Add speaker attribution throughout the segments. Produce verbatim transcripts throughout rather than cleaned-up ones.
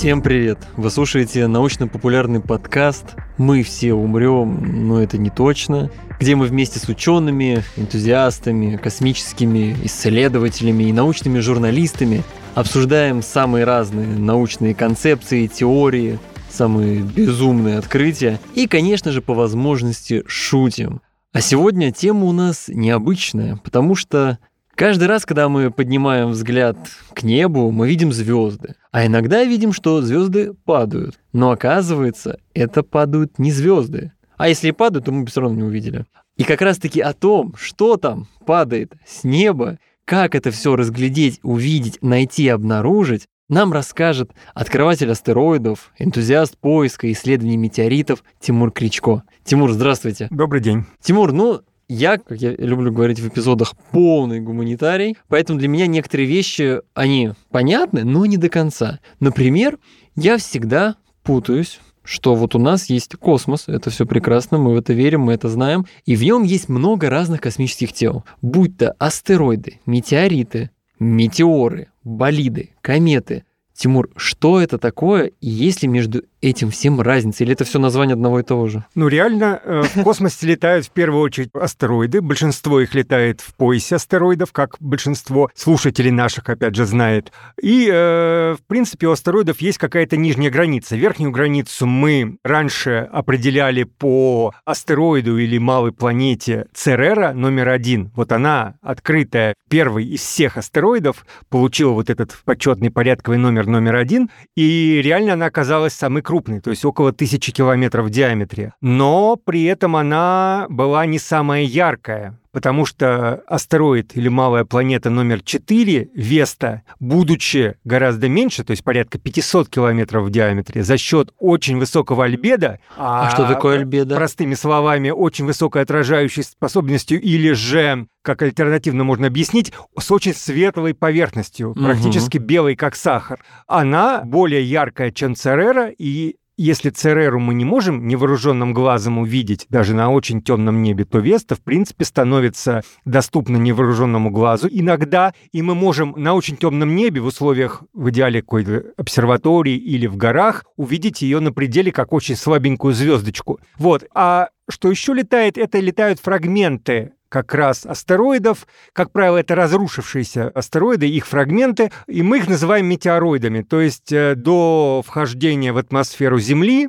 Speaker 1: Всем привет! Вы слушаете научно-популярный подкаст «Мы все умрем, но это не точно», где мы вместе с учеными, энтузиастами, космическими исследователями и научными журналистами обсуждаем самые разные научные концепции, теории, самые безумные открытия и, конечно же, по возможности шутим. А сегодня тема у нас необычная, потому что каждый раз, когда мы поднимаем взгляд к небу, мы видим звезды. А иногда видим, что звезды падают. Но оказывается, это падают не звезды. А если и падают, то мы бы все равно не увидели. И как раз-таки о том, что там падает с неба, как это все разглядеть, увидеть, найти, обнаружить, нам расскажет открыватель астероидов, энтузиаст поиска и исследований метеоритов Тимур Кричко. Тимур, здравствуйте.
Speaker 2: Добрый день.
Speaker 1: Тимур, ну... Я, как я люблю говорить в эпизодах, полный гуманитарий, поэтому для меня некоторые вещи, они понятны, но не до конца. Например, я всегда путаюсь, что вот у нас есть космос, это все прекрасно, мы в это верим, мы это знаем, и в нем есть много разных космических тел, будь то астероиды, метеориты, метеоры, болиды, кометы. Тимур, что это такое, и есть ли между этим всем разница, или это все название одного и того же?
Speaker 2: Ну, реально, э, в космосе летают в первую очередь астероиды. Большинство их летает в поясе астероидов, как большинство слушателей наших, опять же, знает. И, э, в принципе, у астероидов есть какая-то нижняя граница. Верхнюю границу мы раньше определяли по астероиду или малой планете Церера номер один. Вот она, открытая, первый из всех астероидов, получила вот этот почетный порядковый номер номер один, и реально она оказалась самой крупной, то есть около тысячи километров в диаметре. Но при этом она была не самая яркая, потому что астероид или малая планета номер четыре, Веста, будучи гораздо меньше, то есть порядка пятьсот километров в диаметре, за счет очень высокого альбедо,
Speaker 1: а, а что такое альбедо?
Speaker 2: Простыми словами, очень высокой отражающей способностью, или же, как альтернативно можно объяснить, с очень светлой поверхностью, угу. Практически белой, как сахар. Она более яркая, чем Церера, и если Цереру мы не можем невооруженным глазом увидеть, даже на очень темном небе, то Веста, в принципе, становится доступна невооруженному глазу иногда, и мы можем на очень темном небе, в условиях, в идеале, какой-то обсерватории или в горах, увидеть ее на пределе как очень слабенькую звездочку. Вот. А что еще летает, это летают фрагменты как раз астероидов, как правило, это разрушившиеся астероиды, их фрагменты, и мы их называем метеороидами. То есть до вхождения в атмосферу Земли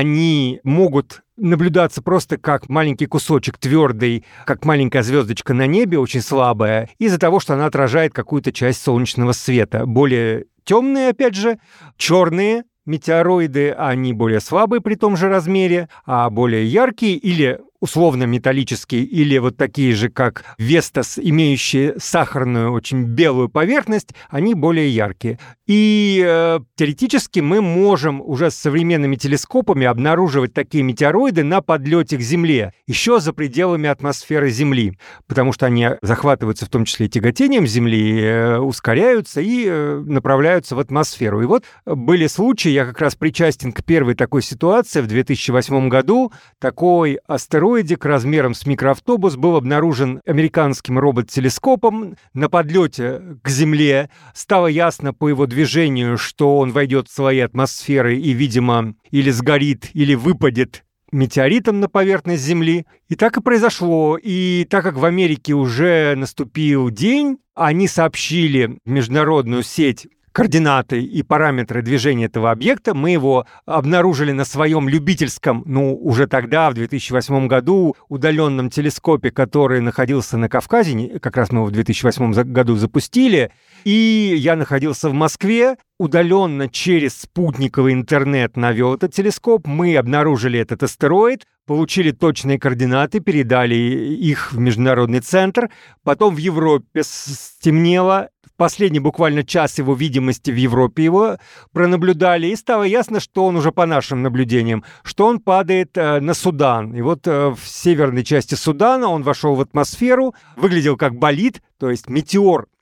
Speaker 2: они могут наблюдаться просто как маленький кусочек твердый, как маленькая звездочка на небе, очень слабая, из-за того, что она отражает какую-то часть солнечного света. Более темные, опять же, черные метеороиды, они более слабые при том же размере, а более яркие или условно-металлические, или вот такие же, как Вестас, имеющие сахарную, очень белую поверхность, они более яркие. И э, теоретически мы можем уже с современными телескопами обнаруживать такие метеороиды на подлете к Земле, еще за пределами атмосферы Земли, потому что они захватываются в том числе и тяготением Земли, э, ускоряются и э, направляются в атмосферу. И вот были случаи, я как раз причастен к первой такой ситуации в две тысячи восьмом году, такой астероид размером с микроавтобус был обнаружен американским робот-телескопом на подлете к Земле. Стало ясно по его движению, что он войдет в свои атмосферы и, видимо, или сгорит, или выпадет метеоритом на поверхность Земли. И так и произошло. И так как в Америке уже наступил день, они сообщили в международную сеть координаты и параметры движения этого объекта. Мы его обнаружили на своем любительском, ну, уже тогда, в две тысячи восьмом году, удаленном телескопе, который находился на Кавказе. Как раз мы его в две тысячи восьмом году запустили. И я находился в Москве. Удаленно через спутниковый интернет навел этот телескоп. Мы обнаружили этот астероид, получили точные координаты, передали их в международный центр. Потом в Европе стемнело. В последний буквально час его видимости в Европе его пронаблюдали. И стало ясно, что он уже по нашим наблюдениям, что он падает э, на Судан. И вот э, в северной части Судана он вошел в атмосферу, выглядел как болид, то есть метеор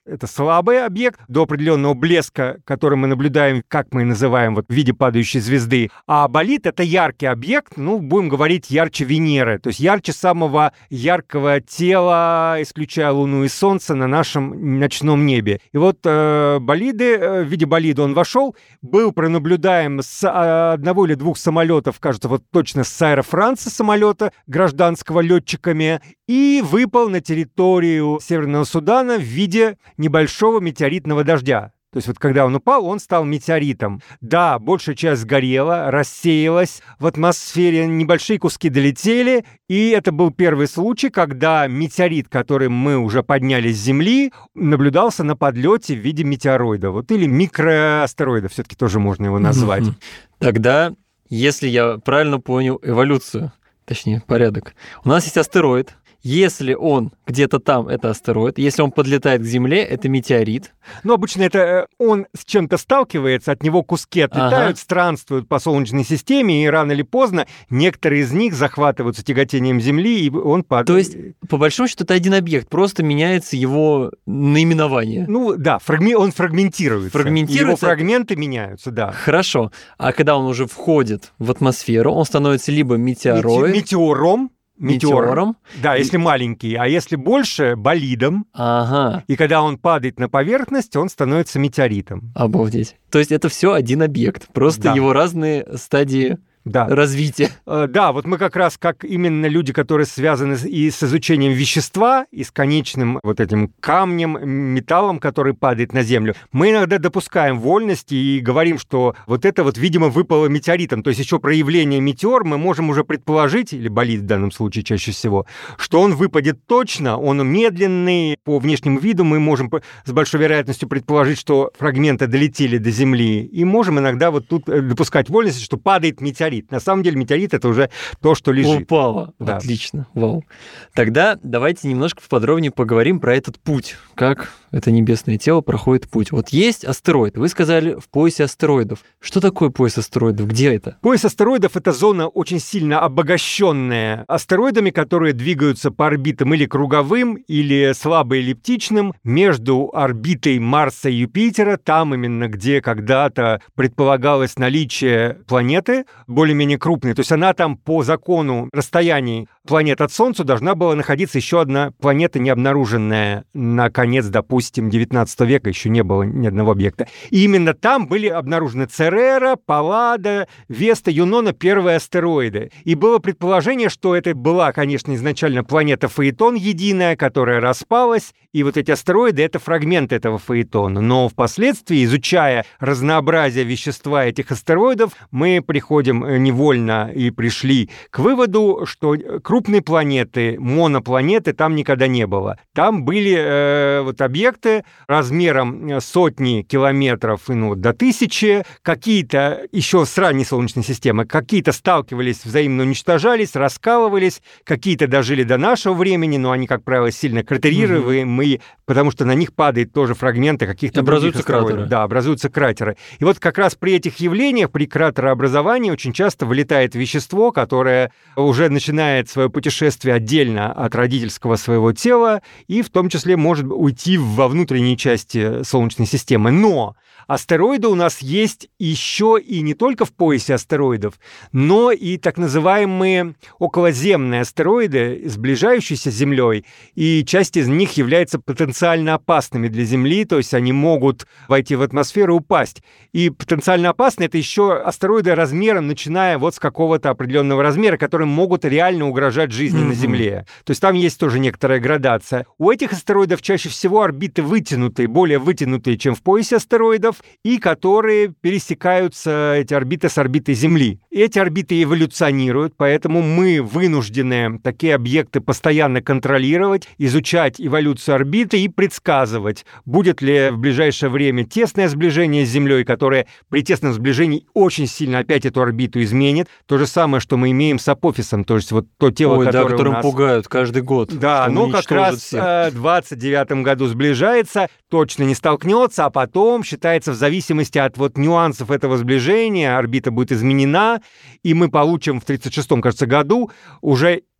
Speaker 2: это слабый объект, до определенного блеска, который мы наблюдаем, как мы и называем, вот, в виде падающей звезды. А болид — это яркий объект, ну, будем говорить, ярче Венеры, то есть ярче самого яркого тела, исключая Луну и Солнце, на нашем ночном небе. И вот э, болиды, э, в виде болида он вошел, был пронаблюдаем с э, одного или двух самолетов, кажется, вот точно с Аэро Франса самолета гражданского летчиками, и выпал на территорию Северного Судана в виде небольшого метеоритного дождя. То есть вот когда он упал, он стал метеоритом. Да, большая часть сгорела, рассеялась в атмосфере, небольшие куски долетели, и это был первый случай, когда метеорит, который мы уже подняли с Земли, наблюдался на подлете в виде метеороида. Вот, или микроастероида, все-таки тоже можно его назвать.
Speaker 1: Тогда, если я правильно понял эволюцию, точнее, порядок, у нас есть астероид. Если он где-то там, это астероид. Если он подлетает к Земле, это метеорит.
Speaker 2: Ну, обычно это он с чем-то сталкивается, от него куски отлетают,
Speaker 1: ага.
Speaker 2: странствуют по Солнечной системе, и рано или поздно некоторые из них захватываются тяготением Земли, и он падает.
Speaker 1: То есть, по большому счету, это один объект, просто меняется его наименование.
Speaker 2: Ну, да, фрагми... он фрагментируется.
Speaker 1: Фрагментируется.
Speaker 2: Его фрагменты меняются, да.
Speaker 1: Хорошо. А когда он уже входит в атмосферу, он становится либо метеороид...
Speaker 2: Метеором. Метеором.
Speaker 1: Метеором.
Speaker 2: Да, если маленький, а если больше, болидом.
Speaker 1: Ага.
Speaker 2: И когда он падает на поверхность, он становится метеоритом.
Speaker 1: Обалдеть. То есть это все один объект, просто
Speaker 2: да.
Speaker 1: его разные стадии да. развития.
Speaker 2: Да, вот мы как раз, как именно люди, которые связаны и с изучением вещества, и с конечным вот этим камнем, металлом, который падает на Землю, мы иногда допускаем вольности и говорим, что вот это вот, видимо, выпало метеоритом. То есть еще проявление метеор мы можем уже предположить, или болид в данном случае чаще всего, что он выпадет точно, он медленный, по внешнему виду мы можем с большой вероятностью предположить, что фрагменты долетели до Земли, и можем иногда вот тут допускать вольность, что падает метеорит. На самом деле метеорит — это уже то, что лежит.
Speaker 1: Упало. Да. Отлично. Вау. Тогда давайте немножко поподробнее поговорим про этот путь. Как это небесное тело проходит путь. Вот есть астероид. Вы сказали, в поясе астероидов. Что такое пояс астероидов? Где это?
Speaker 2: Пояс астероидов — это зона очень сильно обогащенная астероидами, которые двигаются по орбитам или круговым, или слабо эллиптичным, между орбитой Марса и Юпитера, там именно, где когда-то предполагалось наличие планеты, более-менее крупной. То есть она там по закону расстояний планет от Солнца должна была находиться еще одна планета, не обнаруженная на конец, допустим, девятнадцатого века, еще не было ни одного объекта. И именно там были обнаружены Церера, Паллада, Веста, Юнона, первые астероиды. И было предположение, что это была, конечно, изначально планета Фаэтон единая, которая распалась, и вот эти астероиды — это фрагменты этого Фаэтона. Но впоследствии, изучая разнообразие вещества этих астероидов, мы приходим невольно и пришли к выводу, что крупные планеты, монопланеты там никогда не было. Там были э, вот объекты размером сотни километров ну, до тысячи, какие-то еще с ранней Солнечной системы, какие-то сталкивались, взаимно уничтожались, раскалывались, какие-то дожили до нашего времени, но они, как правило, сильно кратерируемые, угу. потому что на них падают тоже фрагменты каких-то
Speaker 1: образуются кратеры.
Speaker 2: Да, образуются кратеры. И вот как раз при этих явлениях, при кратерообразовании очень часто вылетает вещество, которое уже начинает свое путешествие отдельно от родительского своего тела и в том числе может уйти во внутренние части Солнечной системы. Но астероиды у нас есть еще и не только в поясе астероидов, но и так называемые околоземные астероиды, сближающиеся с Землей, и часть из них является потенциально опасными для Земли, то есть они могут войти в атмосферу и упасть. И потенциально опасны — это еще астероиды размером, начиная вот с какого-то определенного размера, которые могут реально угрожать жизни mm-hmm. на Земле. То есть там есть тоже некоторая градация. У этих астероидов чаще всего орбиты вытянутые, более вытянутые, чем в поясе астероидов, и которые пересекаются, эти орбиты, с орбитой Земли. Эти орбиты эволюционируют, поэтому мы вынуждены такие объекты постоянно контролировать, изучать эволюцию орбиты и предсказывать, будет ли в ближайшее время тесное сближение с Землей, которое при тесном сближении очень сильно опять эту орбиту изменит. То же самое, что мы имеем с Апофисом, то есть вот то тело,
Speaker 1: Ой,
Speaker 2: которое
Speaker 1: да, которым
Speaker 2: у нас...
Speaker 1: пугают каждый год.
Speaker 2: Да, но как раз в двадцать девятом году сближается, точно не столкнется, а потом, считается, в зависимости от вот нюансов этого сближения, орбита будет изменена, и мы получим в тридцать шестом, кажется, году уже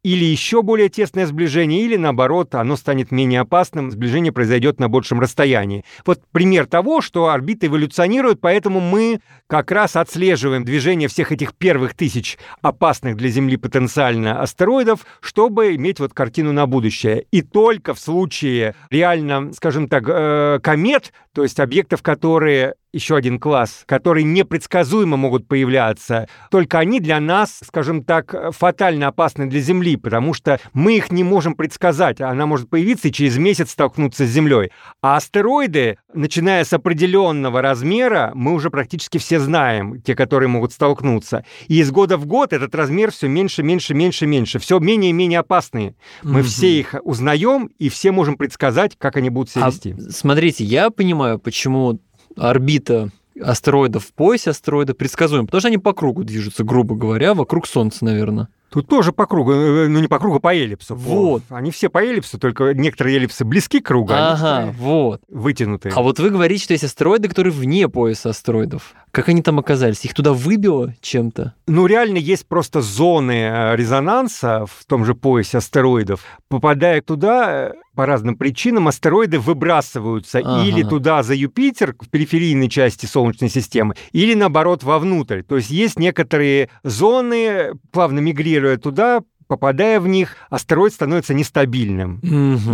Speaker 2: или еще более тесное сближение, или наоборот, оно станет менее опасным, сближение произойдет на большем расстоянии. Вот пример того, что орбиты эволюционируют, поэтому мы как раз отслеживаем движение всех этих первых тысяч опасных для Земли потенциально астероидов, чтобы иметь вот картину на будущее. И только в случае реально, скажем так, э, комет, то есть объектов, которые еще один класс, которые непредсказуемо могут появляться, только они для нас, скажем так, фатально опасны для Земли, потому что мы их не можем предсказать. Она может появиться и через месяц столкнуться с Землей. А астероиды, начиная с определенного размера, мы уже практически все знаем, те, которые могут столкнуться. И из года в год этот размер все меньше, меньше, меньше, меньше. Все менее и менее опасные. Мы mm-hmm. все их узнаем и все можем предсказать, как они будут себя
Speaker 1: а
Speaker 2: вести.
Speaker 1: Смотрите, я понимаю, почему орбита астероидов в поясе астероида предсказуема, потому что они по кругу движутся, грубо говоря, вокруг Солнца, наверное.
Speaker 2: Тут тоже по кругу, ну не по кругу, по эллипсу.
Speaker 1: Вот.
Speaker 2: Они все по эллипсу, только некоторые эллипсы близки к кругу,
Speaker 1: ага,
Speaker 2: они
Speaker 1: вот.
Speaker 2: вытянутые.
Speaker 1: А вот вы говорите, что есть астероиды, которые вне пояса астероидов. Как они там оказались? Их туда выбило чем-то?
Speaker 2: Ну, реально есть просто зоны резонанса в том же поясе астероидов. Попадая туда, по разным причинам астероиды выбрасываются ага. или туда за Юпитер, в периферийной части Солнечной системы, или, наоборот, вовнутрь. То есть есть некоторые зоны, плавно мигрируя туда, попадая в них, астероид становится нестабильным угу.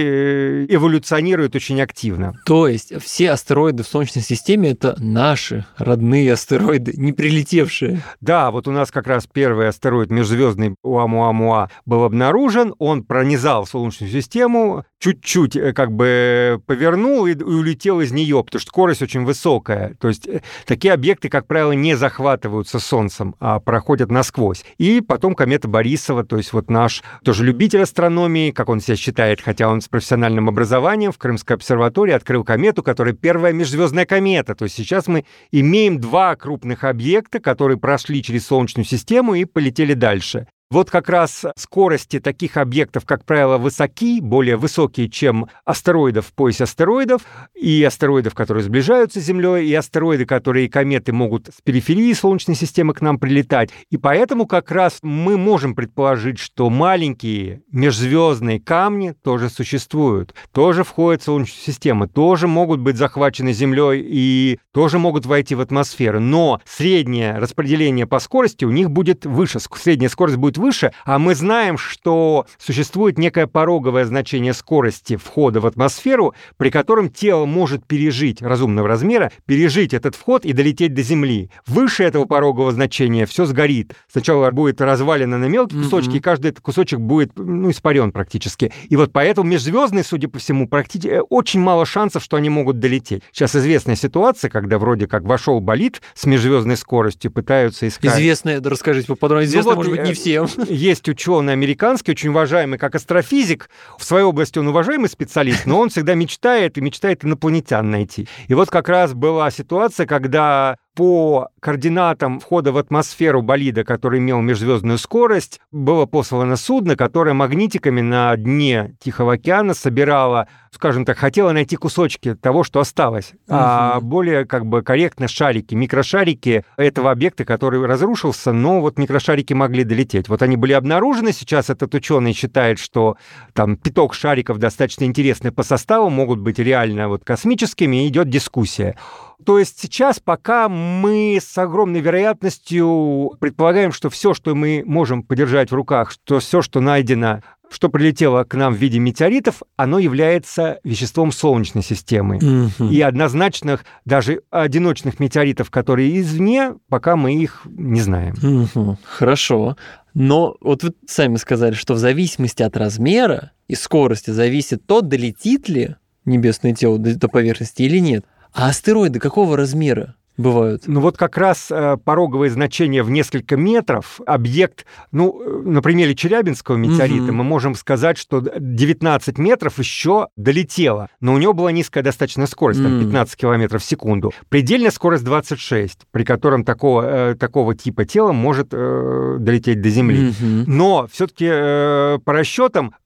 Speaker 2: и эволюционирует очень активно.
Speaker 1: То есть все астероиды в Солнечной системе — это наши родные астероиды, не прилетевшие?
Speaker 2: Да, вот у нас как раз первый астероид межзвездный Оumuamua был обнаружен, он пронизал Солнечную систему, чуть-чуть как бы повернул и улетел из нее, потому что скорость очень высокая. То есть такие объекты, как правило, не захватываются Солнцем, а проходят насквозь. И потом комета Борисова, то есть вот наш тоже любитель астрономии, как он себя считает, хотя он с профессиональным образованием, в Крымской обсерватории открыл комету, которая первая межзвездная комета. То есть сейчас мы имеем два крупных объекта, которые прошли через Солнечную систему и полетели дальше. Вот как раз скорости таких объектов, как правило, высоки, более высокие, чем астероидов в поясе астероидов, и астероидов, которые сближаются с Землей, и астероиды, которые и кометы могут с периферии Солнечной системы к нам прилетать. И поэтому как раз мы можем предположить, что маленькие межзвездные камни тоже существуют, тоже входят в Солнечную систему, тоже могут быть захвачены Землей и тоже могут войти в атмосферу. Но среднее распределение по скорости у них будет выше, средняя скорость будет выше, а мы знаем, что существует некое пороговое значение скорости входа в атмосферу, при котором тело может пережить, разумного размера, пережить этот вход и долететь до Земли. Выше этого порогового значения все сгорит. Сначала будет развалено на мелкие кусочки, mm-hmm. и каждый этот кусочек будет, ну, испарен практически. И вот поэтому межзвездные, судя по всему, практически очень мало шансов, что они могут долететь. Сейчас известная ситуация, когда вроде как вошел болид с межзвездной скоростью, пытаются искать...
Speaker 1: Известная, да, расскажите поподробнее. Известная, ну, вот, может быть, не всем.
Speaker 2: Есть ученый американский, очень уважаемый как астрофизик. В своей области он уважаемый специалист, но он всегда мечтает и мечтает инопланетян найти. И вот как раз была ситуация, когда по координатам входа в атмосферу болида, который имел межзвездную скорость, было послано судно, которое магнитиками на дне Тихого океана собирало, скажем так, хотело найти кусочки того, что осталось. Uh-huh. А более как бы корректно шарики, микрошарики этого объекта, который разрушился, но вот микрошарики могли долететь. Вот они были обнаружены. Сейчас этот ученый считает, что там пяток шариков достаточно интересны по составу, могут быть реально вот космическими, и идет дискуссия. То есть сейчас пока мы с огромной вероятностью предполагаем, что все, что мы можем подержать в руках, что все, что найдено, что прилетело к нам в виде метеоритов, оно является веществом Солнечной системы. Mm-hmm. И однозначных, даже одиночных метеоритов, которые извне, пока мы их не знаем.
Speaker 1: Mm-hmm. Хорошо. Но вот вы сами сказали, что в зависимости от размера и скорости зависит то, долетит ли небесное тело до поверхности или нет. А астероиды какого размера бывают?
Speaker 2: Ну вот как раз э, пороговое значение в несколько метров. Объект, ну, на примере Челябинского метеорита, угу. мы можем сказать, что девятнадцать метров еще долетело, но у него была низкая достаточно скорость, там пятнадцать километров в секунду. Предельная скорость двадцать шесть, при котором такого, э, такого типа тела может э, долететь до Земли. Угу. Но все-таки э, по расчетам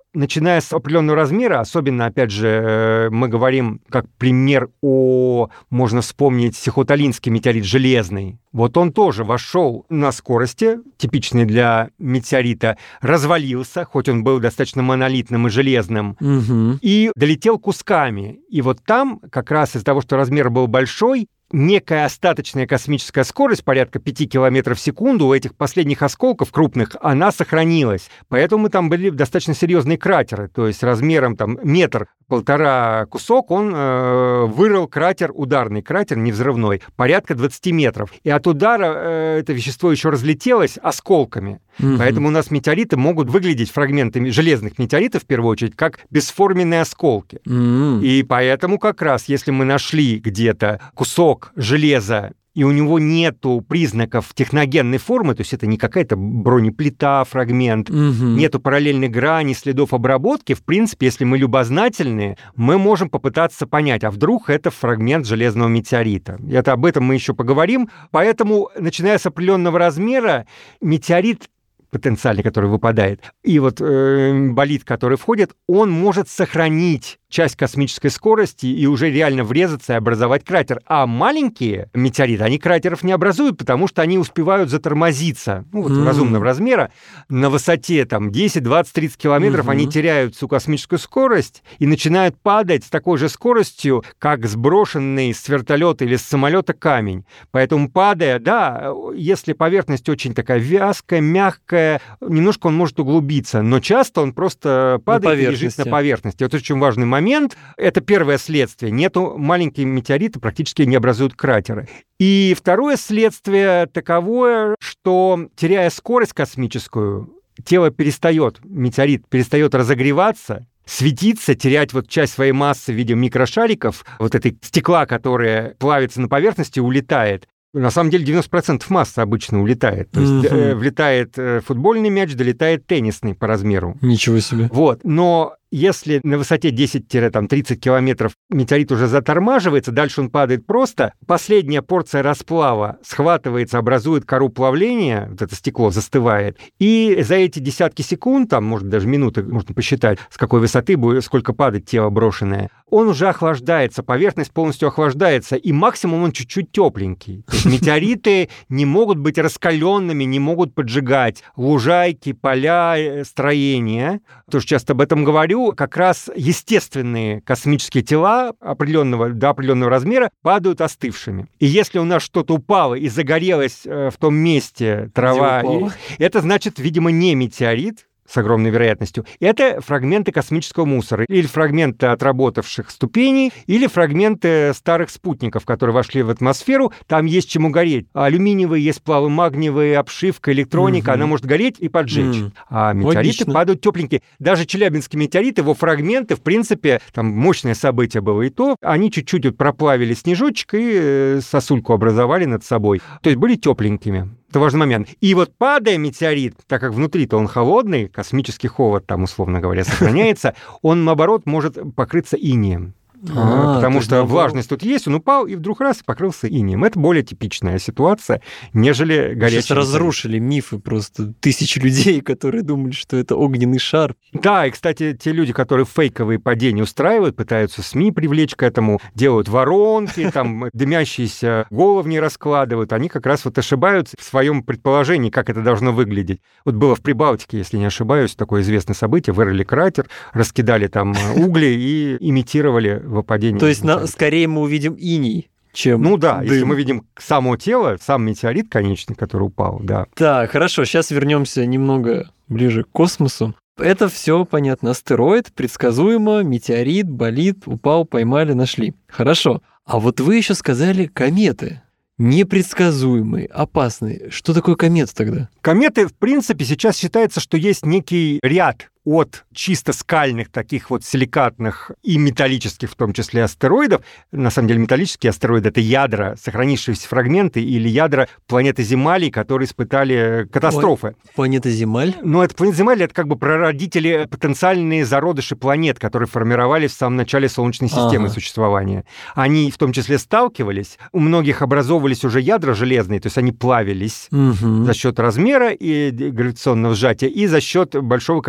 Speaker 2: начиная с определенного размера, особенно, опять же, мы говорим как пример о, можно вспомнить, сихоталинский метеорит железный. Вот он тоже вошел на скорости, типичной для метеорита, развалился, хоть он был достаточно монолитным и железным,
Speaker 1: угу.
Speaker 2: и долетел кусками. И вот там, как раз из-за того, что размер был большой, некая остаточная космическая скорость, порядка пяти километров в секунду, у этих последних осколков крупных, она сохранилась. Поэтому там были достаточно серьезные кратеры, то есть размером там метр-полтора кусок, он э, вырыл кратер, ударный кратер, не взрывной, порядка двадцати метров. И от удара э, это вещество еще разлетелось осколками. Угу. Поэтому у нас метеориты могут выглядеть фрагментами железных метеоритов, в первую очередь, как бесформенные осколки.
Speaker 1: Угу.
Speaker 2: И поэтому как раз, если мы нашли где-то кусок железа, и у него нету признаков техногенной формы, то есть это не какая-то бронеплита, фрагмент,
Speaker 1: угу.
Speaker 2: нету параллельной грани, следов обработки, в принципе, если мы любознательные, мы можем попытаться понять, а вдруг это фрагмент железного метеорита. И это об этом мы еще поговорим. Поэтому, начиная с определенного размера, метеорит потенциальный, который выпадает, и вот э, болид, который входит, он может сохранить часть космической скорости и уже реально врезаться и образовать кратер. А маленькие метеориты, они кратеров не образуют, потому что они успевают затормозиться, ну, вот mm. разумного размера, на высоте там десять, двадцать, тридцать километров mm-hmm. они теряют всю космическую скорость и начинают падать с такой же скоростью, как сброшенный с вертолета или с самолета камень. Поэтому падая, да, если поверхность очень такая вязкая, мягкая, немножко он может углубиться, но часто он просто падает и лежит на поверхности. Это очень важный момент. Момент, это первое следствие. Нету, маленькие метеориты практически не образуют кратеры. И второе следствие таковое, что, теряя скорость космическую, тело перестает, метеорит перестает разогреваться, светиться, терять вот часть своей массы в виде микрошариков, вот этой стекла, которое плавится на поверхности, улетает. На самом деле девяносто процентов массы обычно улетает. То есть mm-hmm. э, влетает э, футбольный мяч, долетает теннисный по размеру.
Speaker 1: Ничего себе.
Speaker 2: Вот, но если на высоте десять-тридцать километров метеорит уже затормаживается, дальше он падает просто, последняя порция расплава схватывается, образует кору плавления, вот это стекло застывает, и за эти десятки секунд, там, может, даже минуты, можно посчитать, с какой высоты будет, сколько падает тело брошенное, он уже охлаждается, поверхность полностью охлаждается, и максимум он чуть-чуть тепленький. То есть метеориты не могут быть раскаленными, не могут поджигать лужайки, поля, строения. Тоже часто об этом говорю. Как раз естественные космические тела определенного, до определенного размера падают остывшими. И если у нас что-то упало и загорелось в том месте трава, это значит, видимо, не метеорит, с огромной вероятностью, это фрагменты космического мусора, или фрагменты отработавших ступеней, или фрагменты старых спутников, которые вошли в атмосферу, там есть чему гореть. Алюминиевые есть сплавы, магниевые, обшивка, электроника, mm-hmm. она может гореть и поджечь. Mm-hmm. А метеориты Логично. Падают тепленькие. Даже Челябинский метеорит, его фрагменты, в принципе, там мощное событие было и то, они чуть-чуть вот проплавили снежочек и сосульку образовали над собой. То есть были тепленькими. Это важный момент. И вот падая метеорит, так как внутри-то он холодный, космический холод там, условно говоря, сохраняется, он, наоборот, может покрыться инеем. А, потому что влажность тут есть, он упал и вдруг раз и покрылся инеем. Это более типичная ситуация, нежели горячий.
Speaker 1: Сейчас разрушили мифы просто тысячи людей, которые думали, что это огненный шар.
Speaker 2: Да, и, кстати, те люди, которые фейковые падения устраивают, пытаются СМИ привлечь к этому, делают воронки, там дымящиеся головни раскладывают, они как раз вот ошибаются в своем предположении, как это должно выглядеть. Вот было в Прибалтике, если не ошибаюсь, такое известное событие, вырыли кратер, раскидали там угли и имитировали выпадение.
Speaker 1: То есть на, скорее мы увидим иней, чем
Speaker 2: Ну да,
Speaker 1: дым.
Speaker 2: Если мы видим само тело, сам метеорит конечный, который упал, да.
Speaker 1: Так, хорошо, сейчас вернемся немного ближе к космосу. Это все понятно. Астероид, предсказуемо, метеорит, болид, упал, поймали, нашли. Хорошо. А вот вы еще сказали кометы. Непредсказуемые, опасные. Что такое комета тогда?
Speaker 2: Кометы, в принципе, сейчас считается, что есть некий ряд от чисто скальных, таких вот силикатных и металлических, в том числе астероидов. На самом деле металлические астероиды — это ядра, сохранившиеся фрагменты или ядра планеты Земали, которые испытали катастрофы.
Speaker 1: Планета Земаль?
Speaker 2: Ну, это планета Земаль — это как бы прародители, потенциальные зародыши планет, которые формировались в самом начале Солнечной системы ага. существования. Они в том числе сталкивались, у многих образовывались уже ядра железные, то есть они плавились угу. за счет размера и гравитационного сжатия, и за счет большого количества радиоактивных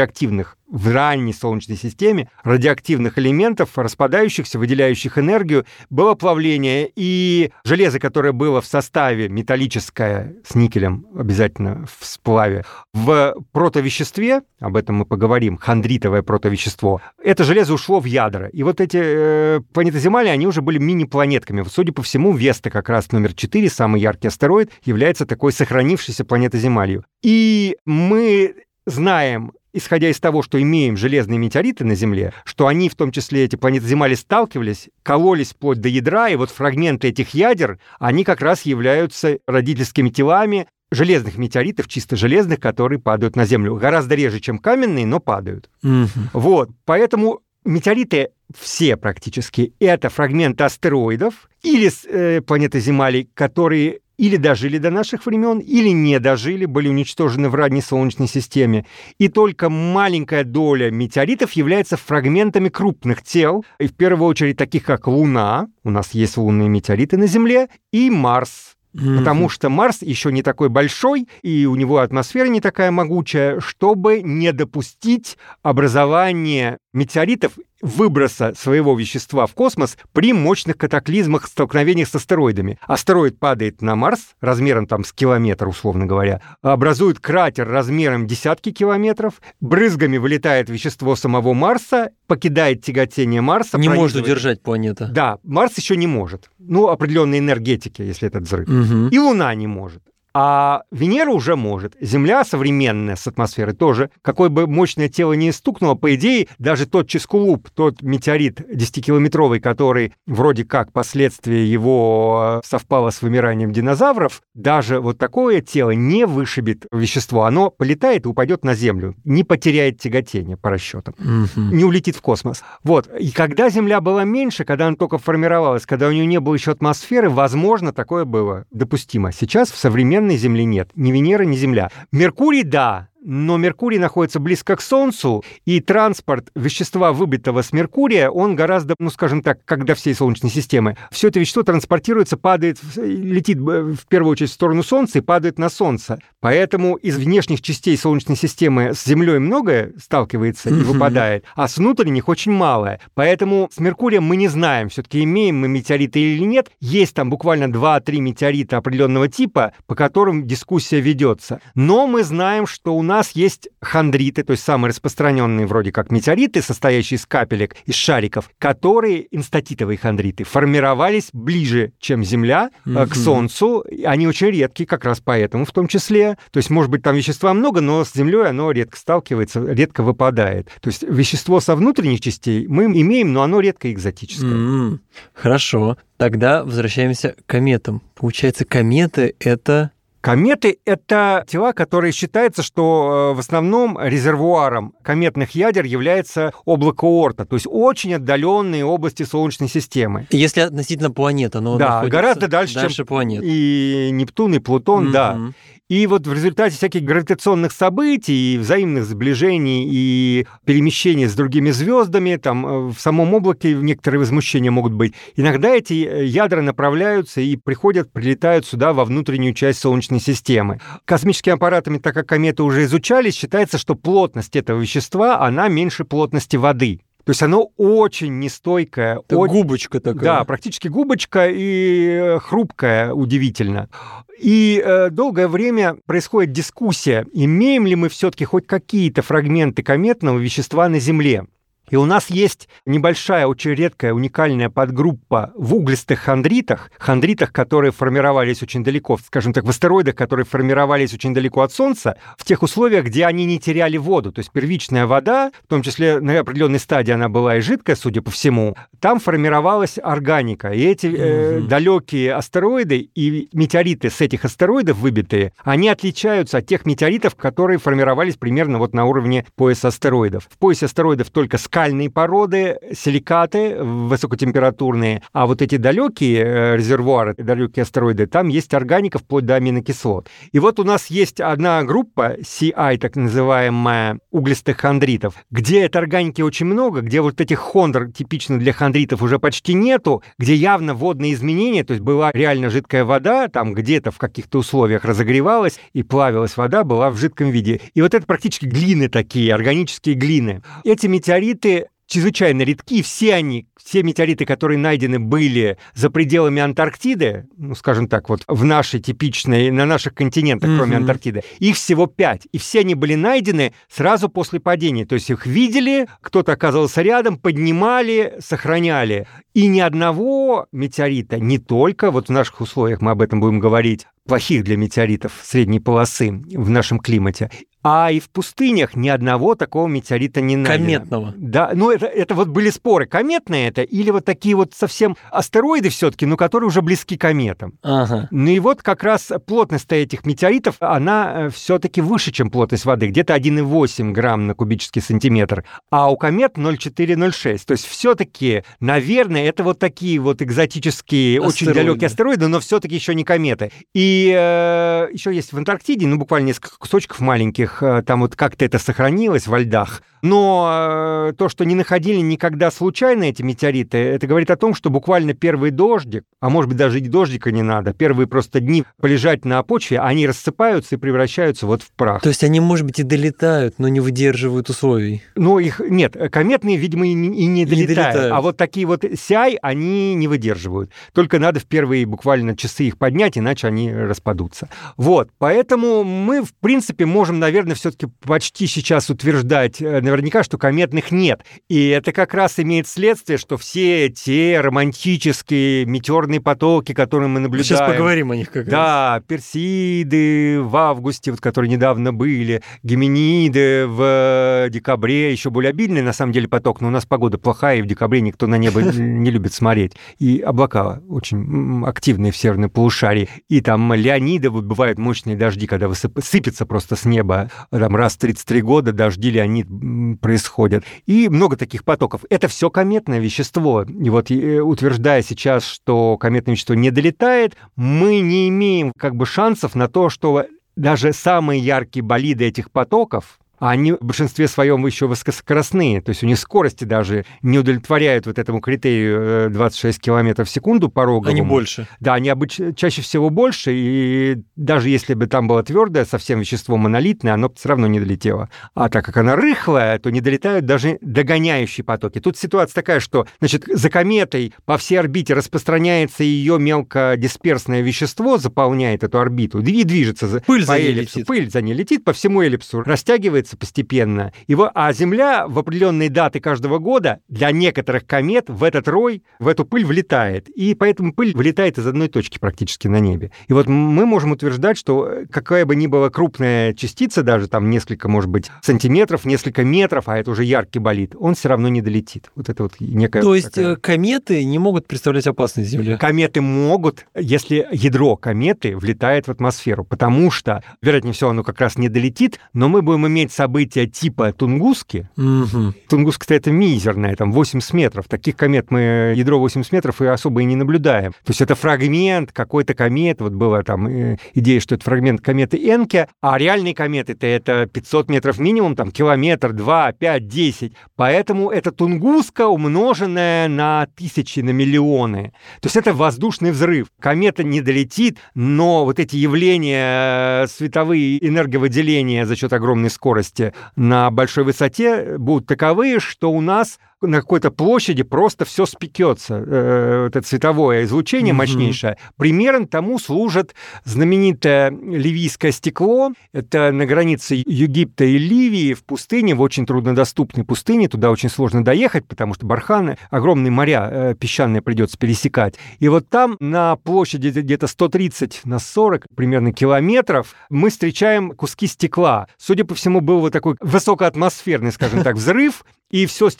Speaker 2: радиоактивных в ранней Солнечной системе радиоактивных элементов, распадающихся, выделяющих энергию, было плавление. И железо, которое было в составе металлическое, с никелем обязательно в сплаве, в протовеществе, об этом мы поговорим, хондритовое протовещество, это железо ушло в ядра. И вот эти э, планеты Земли, они уже были мини-планетками. Судя по всему, Веста, как раз номер четыре, самый яркий астероид, является такой сохранившейся планетой Землей. И мы знаем, исходя из того, что имеем железные метеориты на Земле, что они, в том числе эти планеты Земли, сталкивались, кололись вплоть до ядра, и вот фрагменты этих ядер, они как раз являются родительскими телами железных метеоритов, чисто железных, которые падают на Землю. Гораздо реже, чем каменные, но падают. Mm-hmm. Вот, поэтому метеориты все практически это фрагменты астероидов или э, планеты Земли, которые или дожили до наших времен, или не дожили, были уничтожены в ранней Солнечной системе. И только маленькая доля метеоритов является фрагментами крупных тел, и в первую очередь таких, как Луна, у нас есть лунные метеориты на Земле, и Марс. Mm-hmm. Потому что Марс еще не такой большой, и у него атмосфера не такая могучая, чтобы не допустить образования метеоритов, выброса своего вещества в космос при мощных катаклизмах, столкновениях с астероидами. Астероид падает на Марс, размером там с километр, условно говоря, образует кратер размером десятки километров, брызгами вылетает вещество самого Марса, покидает тяготение Марса.
Speaker 1: Не может удержать планета.
Speaker 2: Да, Марс еще не может. Ну, определенной энергетики, если этот взрыв.
Speaker 1: Угу.
Speaker 2: И Луна не может. А Венера уже может. Земля современная с атмосферой тоже. Какое бы мощное тело ни стукнуло, по идее, даже тот Чискулуп, тот метеорит десятикилометровый, который вроде как последствия его совпало с вымиранием динозавров, даже вот такое тело не вышибет вещество. Оно полетает и упадет на Землю. Не потеряет тяготение по расчетам. Mm-hmm. Не улетит в космос. Вот. И когда Земля была меньше, когда она только формировалась, когда у нее не было еще атмосферы, возможно, такое было допустимо. Сейчас в современном Земли нет. Ни Венера, ни Земля. Меркурий, да, но Меркурий находится близко к Солнцу, и транспорт вещества, выбитого с Меркурия, он гораздо, ну, скажем так, как до всей Солнечной системы. Все это вещество транспортируется, падает, летит в первую очередь в сторону Солнца и падает на Солнце. Поэтому из внешних частей Солнечной системы с Землей многое сталкивается и выпадает, а с внутренних очень малое. Поэтому с Меркурием мы не знаем, все-таки имеем мы метеориты или нет. Есть там буквально два-три метеорита определенного типа, по которым дискуссия ведется. Но мы знаем, что у нас У нас есть хондриты, то есть самые распространенные вроде как метеориты, состоящие из капелек, из шариков, которые, инстатитовые хондриты, формировались ближе, чем Земля, mm-hmm. к Солнцу. Они очень редкие, как раз поэтому в том числе. То есть, может быть, там вещества много, но с Землей оно редко сталкивается, редко выпадает. То есть вещество со внутренних частей мы имеем, но оно редко экзотическое.
Speaker 1: Mm-hmm. Хорошо. Тогда возвращаемся к кометам. Получается, кометы — это...
Speaker 2: Кометы — это тела, которые считается, что в основном резервуаром кометных ядер является облако Оорта, то есть очень отдаленные области Солнечной системы.
Speaker 1: Если относительно планет, оно
Speaker 2: да,
Speaker 1: находится
Speaker 2: гораздо дальше,
Speaker 1: дальше
Speaker 2: чем
Speaker 1: планет.
Speaker 2: И Нептун, и Плутон, mm-hmm. да. И вот в результате всяких гравитационных событий, взаимных сближений и перемещений с другими звездами, там в самом облаке некоторые возмущения могут быть. Иногда эти ядра направляются и приходят, прилетают сюда, во внутреннюю часть Солнечной системы. Космическими аппаратами, так как кометы уже изучались, считается, что плотность этого вещества, она меньше плотности воды. То есть оно очень нестойкое.
Speaker 1: Это
Speaker 2: очень...
Speaker 1: губочка такая.
Speaker 2: Да, практически губочка и хрупкая, удивительно. И э, долгое время происходит дискуссия, имеем ли мы все-таки хоть какие-то фрагменты кометного вещества на Земле. И у нас есть небольшая, очень редкая, уникальная подгруппа в углистых хондритах, хондритах, которые формировались очень далеко, скажем так, в астероидах, которые формировались очень далеко от Солнца, в тех условиях, где они не теряли воду. То есть первичная вода, в том числе на определенной стадии она была и жидкая, судя по всему, там формировалась органика. И эти э, mm-hmm. далекие астероиды и метеориты с этих астероидов выбитые, они отличаются от тех метеоритов, которые формировались примерно вот на уровне пояса астероидов. В поясе астероидов только скалы, скальные породы, силикаты высокотемпературные, а вот эти далекие резервуары, далекие астероиды, там есть органика вплоть до аминокислот. И вот у нас есть одна группа, си ай, так называемая, углистых хондритов, где этой органики очень много, где вот этих хондр, типично для хондритов, уже почти нету, где явно водные изменения, то есть была реально жидкая вода, там где-то в каких-то условиях разогревалась и плавилась вода, была в жидком виде. И вот это практически глины такие, органические глины. Эти метеориты чрезвычайно редки, все они, все метеориты, которые найдены были за пределами Антарктиды, ну, скажем так, вот в нашей типичной, на наших континентах, mm-hmm. кроме Антарктиды, их всего пять, и все они были найдены сразу после падения, то есть их видели, кто-то оказывался рядом, поднимали, сохраняли. И ни одного метеорита, не только, вот в наших условиях мы об этом будем говорить, плохих для метеоритов средней полосы в нашем климате, а и в пустынях ни одного такого метеорита не найдено.
Speaker 1: Кометного.
Speaker 2: Да, ну это, это вот были споры, кометные это или вот такие вот совсем астероиды все-таки, но которые уже близки к кометам.
Speaker 1: Ага.
Speaker 2: Ну и вот как раз плотность этих метеоритов, она все-таки выше, чем плотность воды, где-то один и восемь грамм на кубический сантиметр, а у комет ноль целых четыре ноль шесть. То есть все-таки, наверное, это вот такие вот экзотические, астероиды. Очень далекие астероиды, но все-таки еще не кометы. И э, еще есть в Антарктиде, ну буквально несколько кусочков маленьких, там вот как-то это сохранилось во льдах. Но э, то, что не находили никогда случайно эти метеориты, это говорит о том, что буквально первый дождик, а может быть даже и дождика не надо, первые просто дни полежать на почве, они рассыпаются и превращаются вот в прах.
Speaker 1: То есть они, может быть, и долетают, но не выдерживают условий?
Speaker 2: Ну, их нет. Кометные, видимо, и не, и не, долетают, не долетают. А вот такие вот си ай, они не выдерживают. Только надо в первые буквально часы их поднять, иначе они распадутся. Вот. Поэтому мы, в принципе, можем, наверное, все-таки почти сейчас утверждать наверняка, что кометных нет. И это как раз имеет следствие, что все те романтические метеорные потоки, которые мы наблюдаем...
Speaker 1: Сейчас поговорим о них как
Speaker 2: да,
Speaker 1: раз.
Speaker 2: Да, Персеиды в августе, вот, которые недавно были, Гемениды в декабре, еще более обильный, на самом деле, поток, но у нас погода плохая, и в декабре никто на небо не любит смотреть. И облака очень активные в северном полушарии. И там Леониды, бывают мощные дожди, когда сыпется просто с неба. Там раз в тридцать три года дожди Леонид происходят. И много таких потоков. Это все кометное вещество. И вот утверждая сейчас, что кометное вещество не долетает, мы не имеем как бы шансов на то, что даже самые яркие болиды этих потоков, они в большинстве своем еще высокоскоростные, то есть у них скорости даже не удовлетворяют вот этому критерию двадцать шесть километров в секунду пороговому.
Speaker 1: Они больше.
Speaker 2: Да, они обычно чаще всего больше, и даже если бы там было твердое, совсем вещество монолитное, оно все равно не долетело. А так как она рыхлая, то не долетают даже догоняющие потоки. Тут ситуация такая, что, значит, за кометой по всей орбите распространяется ее мелкодисперсное вещество, заполняет эту орбиту и движется
Speaker 1: Пыль
Speaker 2: по
Speaker 1: за ней
Speaker 2: эллипсу.
Speaker 1: летит.
Speaker 2: Пыль за ней летит по всему эллипсу, растягивается постепенно. Его, а Земля в определенные даты каждого года для некоторых комет в этот рой, в эту пыль влетает. И поэтому пыль вылетает из одной точки практически на небе. И вот мы можем утверждать, что какая бы ни была крупная частица, даже там несколько, может быть, сантиметров, несколько метров, а это уже яркий болид, он все равно не долетит. Вот это вот некая...
Speaker 1: То есть
Speaker 2: такая...
Speaker 1: кометы не могут представлять опасность Земле?
Speaker 2: Кометы могут, если ядро кометы влетает в атмосферу, потому что, вероятнее всего, оно как раз не долетит, но мы будем иметь события типа Тунгуски.
Speaker 1: Угу.
Speaker 2: Тунгуска-то это мизерная, там восемьдесят метров. Таких комет мы, ядро восемьдесят метров, и особо и не наблюдаем. То есть это фрагмент какой-то кометы. Вот была там идея, что это фрагмент кометы Энке, а реальные кометы-то это пятьсот метров минимум, там километр, два, пять, десять. Поэтому это Тунгуска, умноженная на тысячи, на миллионы. То есть это воздушный взрыв. Комета не долетит, но вот эти явления, световые энерговыделения за счет огромной скорости на большой высоте будут таковы, что у нас на какой-то площади просто все спекется. Э, это цветовое излучение mm-hmm. мощнейшее. Примером тому служит знаменитое ливийское стекло. Это на границе Египта и Ливии в пустыне, в очень труднодоступной пустыне. Туда очень сложно доехать, потому что барханы, огромные моря э, песчаные придется пересекать. И вот там на площади где-то сто тридцать на сорок примерно километров мы встречаем куски стекла. Судя по всему, был вот такой высокоатмосферный, скажем так, взрыв, и все стекло в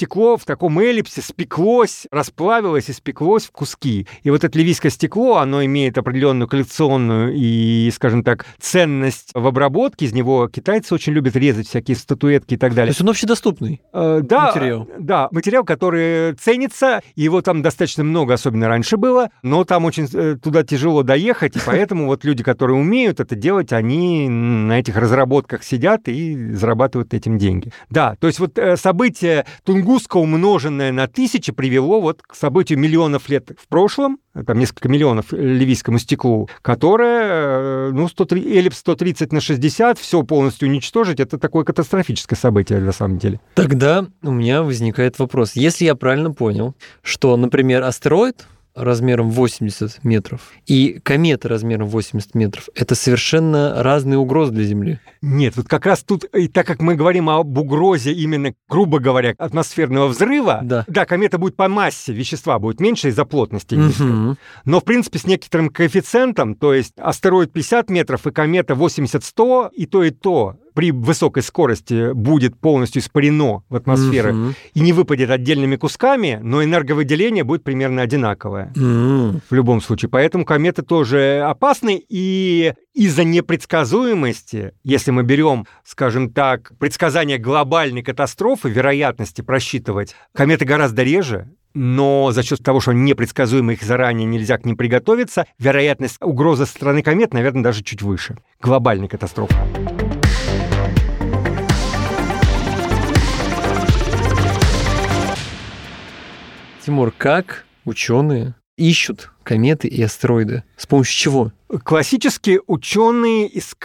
Speaker 2: таком эллипсе спеклось, расплавилось и спеклось в куски. И вот это ливийское стекло, оно имеет определенную коллекционную и, скажем так, ценность в обработке. Из него китайцы очень любят резать всякие статуэтки и так далее.
Speaker 1: То есть он общедоступный
Speaker 2: э, да,
Speaker 1: материал?
Speaker 2: Да, материал, который ценится, его там достаточно много, особенно раньше было, но там очень э, туда тяжело доехать, и поэтому вот люди, которые умеют это делать, они на этих разработках сидят и зарабатывают этим деньги. Да, то есть вот э, событие Тунгуска, умноженное на тысячи, привело вот к событию миллионов лет в прошлом, там несколько миллионов ливийскому стеклу, которое, ну, сто три, эллипс сто тридцать на шестьдесят, все полностью уничтожить, это такое катастрофическое событие на самом деле.
Speaker 1: Тогда у меня возникает вопрос. Если я правильно понял, что, например, астероид размером восемьдесят метров и комета размером восемьдесят метров — это совершенно разные угрозы для Земли.
Speaker 2: Нет, вот как раз тут, и так как мы говорим об угрозе именно, грубо говоря, атмосферного взрыва,
Speaker 1: да,
Speaker 2: да комета будет по массе, вещества будет меньше из-за плотности.
Speaker 1: Угу.
Speaker 2: Но, в принципе, с некоторым коэффициентом, то есть астероид пятьдесят метров и комета восемьдесят-сто, и то, и то при высокой скорости будет полностью испарено в атмосферу
Speaker 1: угу.
Speaker 2: и не выпадет отдельными кусками, но энерговыделение будет примерно одинаковое.
Speaker 1: угу.
Speaker 2: В любом случае. Поэтому кометы тоже опасны, и из-за непредсказуемости, если мы берем, скажем так, предсказание глобальной катастрофы, вероятности просчитывать, кометы гораздо реже, но за счет того, что они непредсказуемы, их заранее нельзя к ним приготовиться, вероятность угрозы со стороны комет, наверное, даже чуть выше. Глобальной катастрофы.
Speaker 1: Тимур, как ученые ищут кометы и астероиды? С помощью чего?
Speaker 2: Классически ученые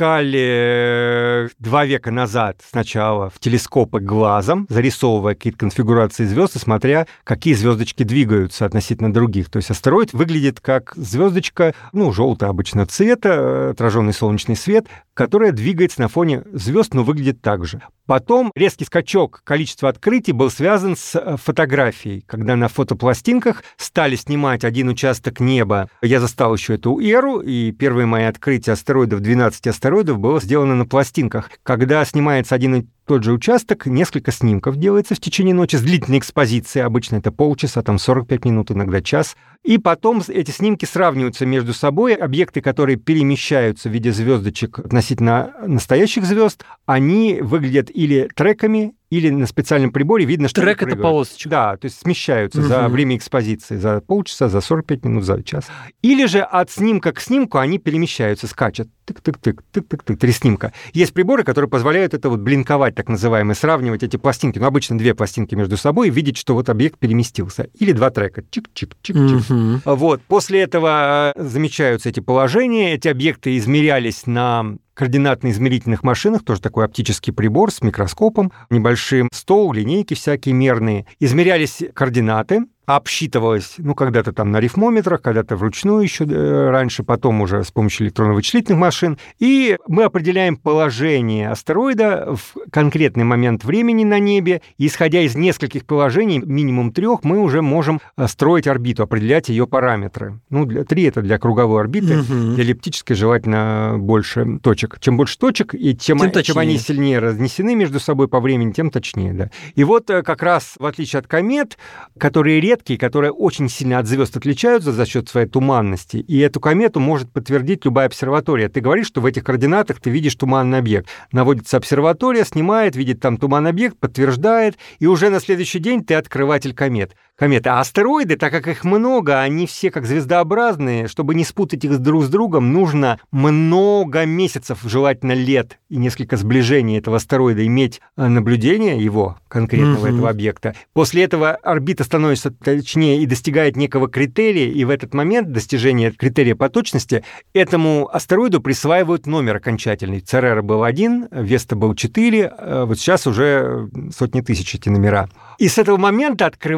Speaker 2: искали два века назад сначала в телескопы глазом, зарисовывая какие-то конфигурации звезд и смотря, какие звездочки двигаются относительно других. То есть астероид выглядит как звездочка, ну, желтого обычно цвета, отраженный солнечный свет, которая двигается на фоне звезд, но выглядит так же. Потом резкий скачок количества открытий был связан с фотографией, когда на фотопластинках стали снимать один участок неба. Я застал еще эту эру, и первые мои открытия астероидов, двенадцать астероидов, было сделано на пластинках. Когда снимается один и тот же участок, несколько снимков делается в течение ночи с длительной экспозицией, обычно это полчаса, там сорок пять минут, иногда час. И потом эти снимки сравниваются между собой. Объекты, которые перемещаются в виде звездочек относительно настоящих звезд, они выглядят или треками, или на специальном приборе видно, что
Speaker 1: трек — это полосочка.
Speaker 2: Да, то есть смещаются
Speaker 1: угу.
Speaker 2: за время экспозиции, за полчаса, за сорок пять минут, за час. Или же от снимка к снимку они перемещаются, скачут. Тык-тык-тык, тык-тык-тык, три снимка. Есть приборы, которые позволяют это вот блинковать, так называемое, сравнивать эти пластинки, ну, обычно две пластинки между собой, и видеть, что вот объект переместился. Или два трека. Чик-чик-чик-чик.
Speaker 1: Угу.
Speaker 2: Вот. После этого замечаются эти положения, эти объекты измерялись на координатно-измерительных машинах, тоже такой оптический прибор с микроскопом, небольшим стол, линейки всякие мерные. Измерялись координаты, обсчитывалось, ну, когда-то там на арифмометрах, когда-то вручную еще раньше, потом уже с помощью электронно-вычислительных машин. И мы определяем положение астероида в конкретный момент времени на небе. И, исходя из нескольких положений, минимум трех, мы уже можем строить орбиту, определять ее параметры. Ну, для, три — это для круговой орбиты,
Speaker 1: угу.
Speaker 2: для эллиптической желательно больше точек. Чем больше точек, и чем,
Speaker 1: тем,
Speaker 2: чем они сильнее разнесены между собой по времени, тем точнее, да. И вот как раз, в отличие от комет, которые редко, которые очень сильно от звезд отличаются за счет своей туманности, и эту комету может подтвердить любая обсерватория. Ты говоришь, что в этих координатах ты видишь туманный объект. Наводится обсерватория, снимает, видит там туманный объект, подтверждает, и уже на следующий день ты открыватель комет. Кометы. А астероиды, так как их много, они все как звездообразные, чтобы не спутать их друг с другом, нужно много месяцев, желательно лет, и несколько сближений этого астероида иметь наблюдение его, конкретного mm-hmm. этого объекта. После этого орбита становится точнее и достигает некого критерия, и в этот момент достижения критерия по точности этому астероиду присваивают номер окончательный. Церера был один, Веста был четыре, вот сейчас уже сотни тысяч эти номера. И с этого момента открыватель считается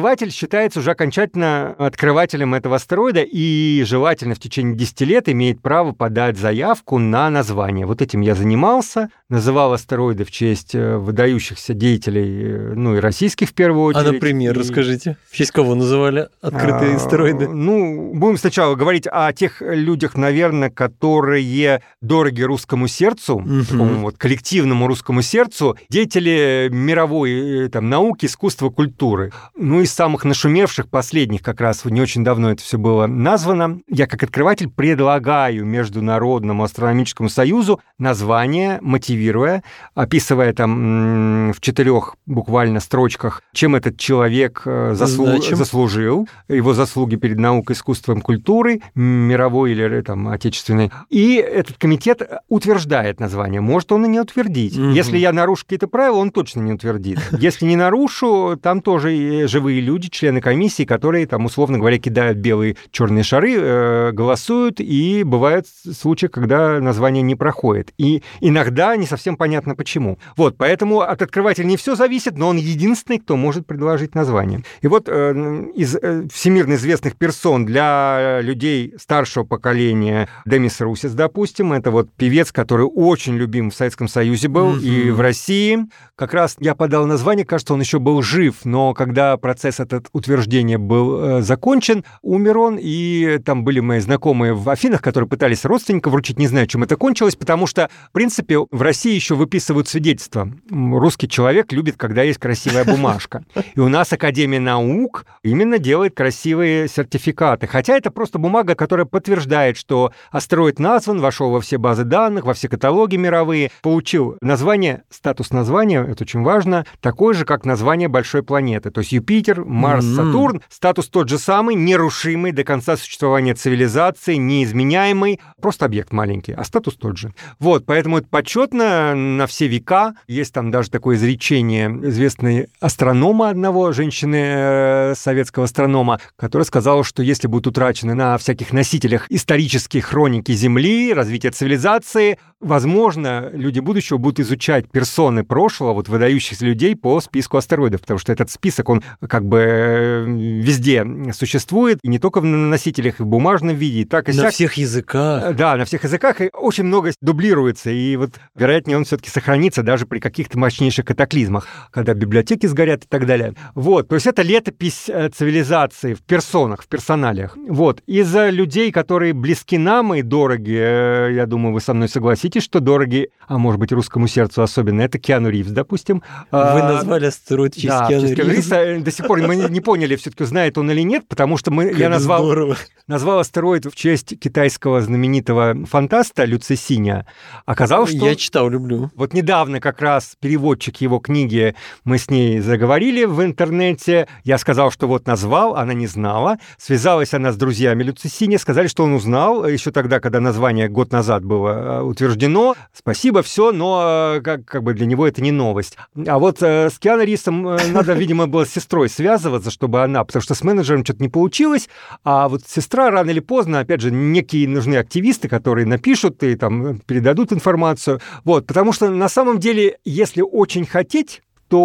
Speaker 2: считается уже окончательно открывателем этого астероида и желательно в течение десяти лет имеет право подать заявку на название. Вот этим я занимался, называл астероиды в честь выдающихся деятелей, ну и российских в первую очередь.
Speaker 1: А, например, и... расскажите, в честь кого называли открытые а, астероиды?
Speaker 2: Ну, будем сначала говорить о тех людях, наверное, которые дороги русскому сердцу, угу. такому вот коллективному русскому сердцу, деятели мировой там, науки, искусства, культуры. Ну, из самых нашумевших, последних как раз, не очень давно это все было названо. Я как открыватель предлагаю Международному астрономическому союзу название, мотивируя, описывая там в четырех буквально строчках, чем этот человек заслу... заслужил, его заслуги перед наукой, искусством, культурой, мировой или там отечественной. И этот комитет утверждает название. Может он и не утвердить. Угу. Если я нарушу какие-то правила, он точно не утвердит. Если не нарушу, там тоже живые люди, члены комиссии, которые там, условно говоря, кидают белые черные шары, э, голосуют, и бывают случаи, когда название не проходит. И иногда не совсем понятно, почему. Вот, поэтому от открывателя не все зависит, но он единственный, кто может предложить название. И вот э, из э, всемирно известных персон для людей старшего поколения Демис Русис, допустим, это вот певец, который очень любим в Советском Союзе был, mm-hmm. и в России. Как раз я подал название, кажется, он еще был жив, но когда процесс этот утверждения был э, закончен, умер он, и там были мои знакомые в Афинах, которые пытались родственникам вручить, не знаю, чем это кончилось, потому что, в принципе, в России еще выписывают свидетельства. Русский человек любит, когда есть красивая бумажка. И у нас Академия наук именно делает красивые сертификаты. Хотя это просто бумага, которая подтверждает, что астероид назван, вошел во все базы данных, во все каталоги мировые, получил название, статус названия, это очень важно, такой же, как название большой планеты. То есть Юпитер, Марс, mm-hmm. Сатурн, статус тот же самый, нерушимый до конца существования цивилизации, неизменяемый, просто объект маленький, а статус тот же. Вот, поэтому это почетно на все века. Есть там даже такое изречение известной астронома одного, женщины, советского астронома, которая сказала, что если будут утрачены на всяких носителях исторические хроники Земли, развитие цивилизации, возможно, люди будущего будут изучать персоны прошлого, вот выдающихся людей по списку астероидов, потому что этот список, он как бы везде существует, и не только в носителях, и в бумажном виде, и так и сяк.
Speaker 1: На всех языках.
Speaker 2: Да, на всех языках, и очень много дублируется, и вот, вероятнее, он все-таки сохранится даже при каких-то мощнейших катаклизмах, когда библиотеки сгорят и так далее. Вот, то есть это летопись цивилизации в персонах, в персоналиях. Вот, из-за людей, которые близки нам и дороги, я думаю, вы со мной согласитесь, что дороги, а может быть, русскому сердцу особенно, это Киану Ривз, допустим.
Speaker 1: Вы назвали астероид в честь
Speaker 2: да,
Speaker 1: Киану Ривза.
Speaker 2: До сих пор мы не поняли, все-таки знает он или нет, потому что мы, я назвал, назвал астероид в честь китайского знаменитого фантаста Лю Цисиня. Оказалось, что...
Speaker 1: Я читал, люблю.
Speaker 2: Вот недавно как раз переводчик его книги, мы с ней заговорили в интернете, я сказал, что вот назвал, она не знала. Связалась она с друзьями Лю Цисиня, сказали, что он узнал еще тогда, когда название год назад было утверждено. Спасибо, все, но как, как бы для него это не новость. А вот э, с Киану Ривзом э, надо, видимо, было с сестрой связываться, чтобы она, потому что с менеджером что-то не получилось, а вот сестра рано или поздно, опять же, некие нужны активисты, которые напишут и там передадут информацию. Вот, потому что на самом деле, если очень хотеть,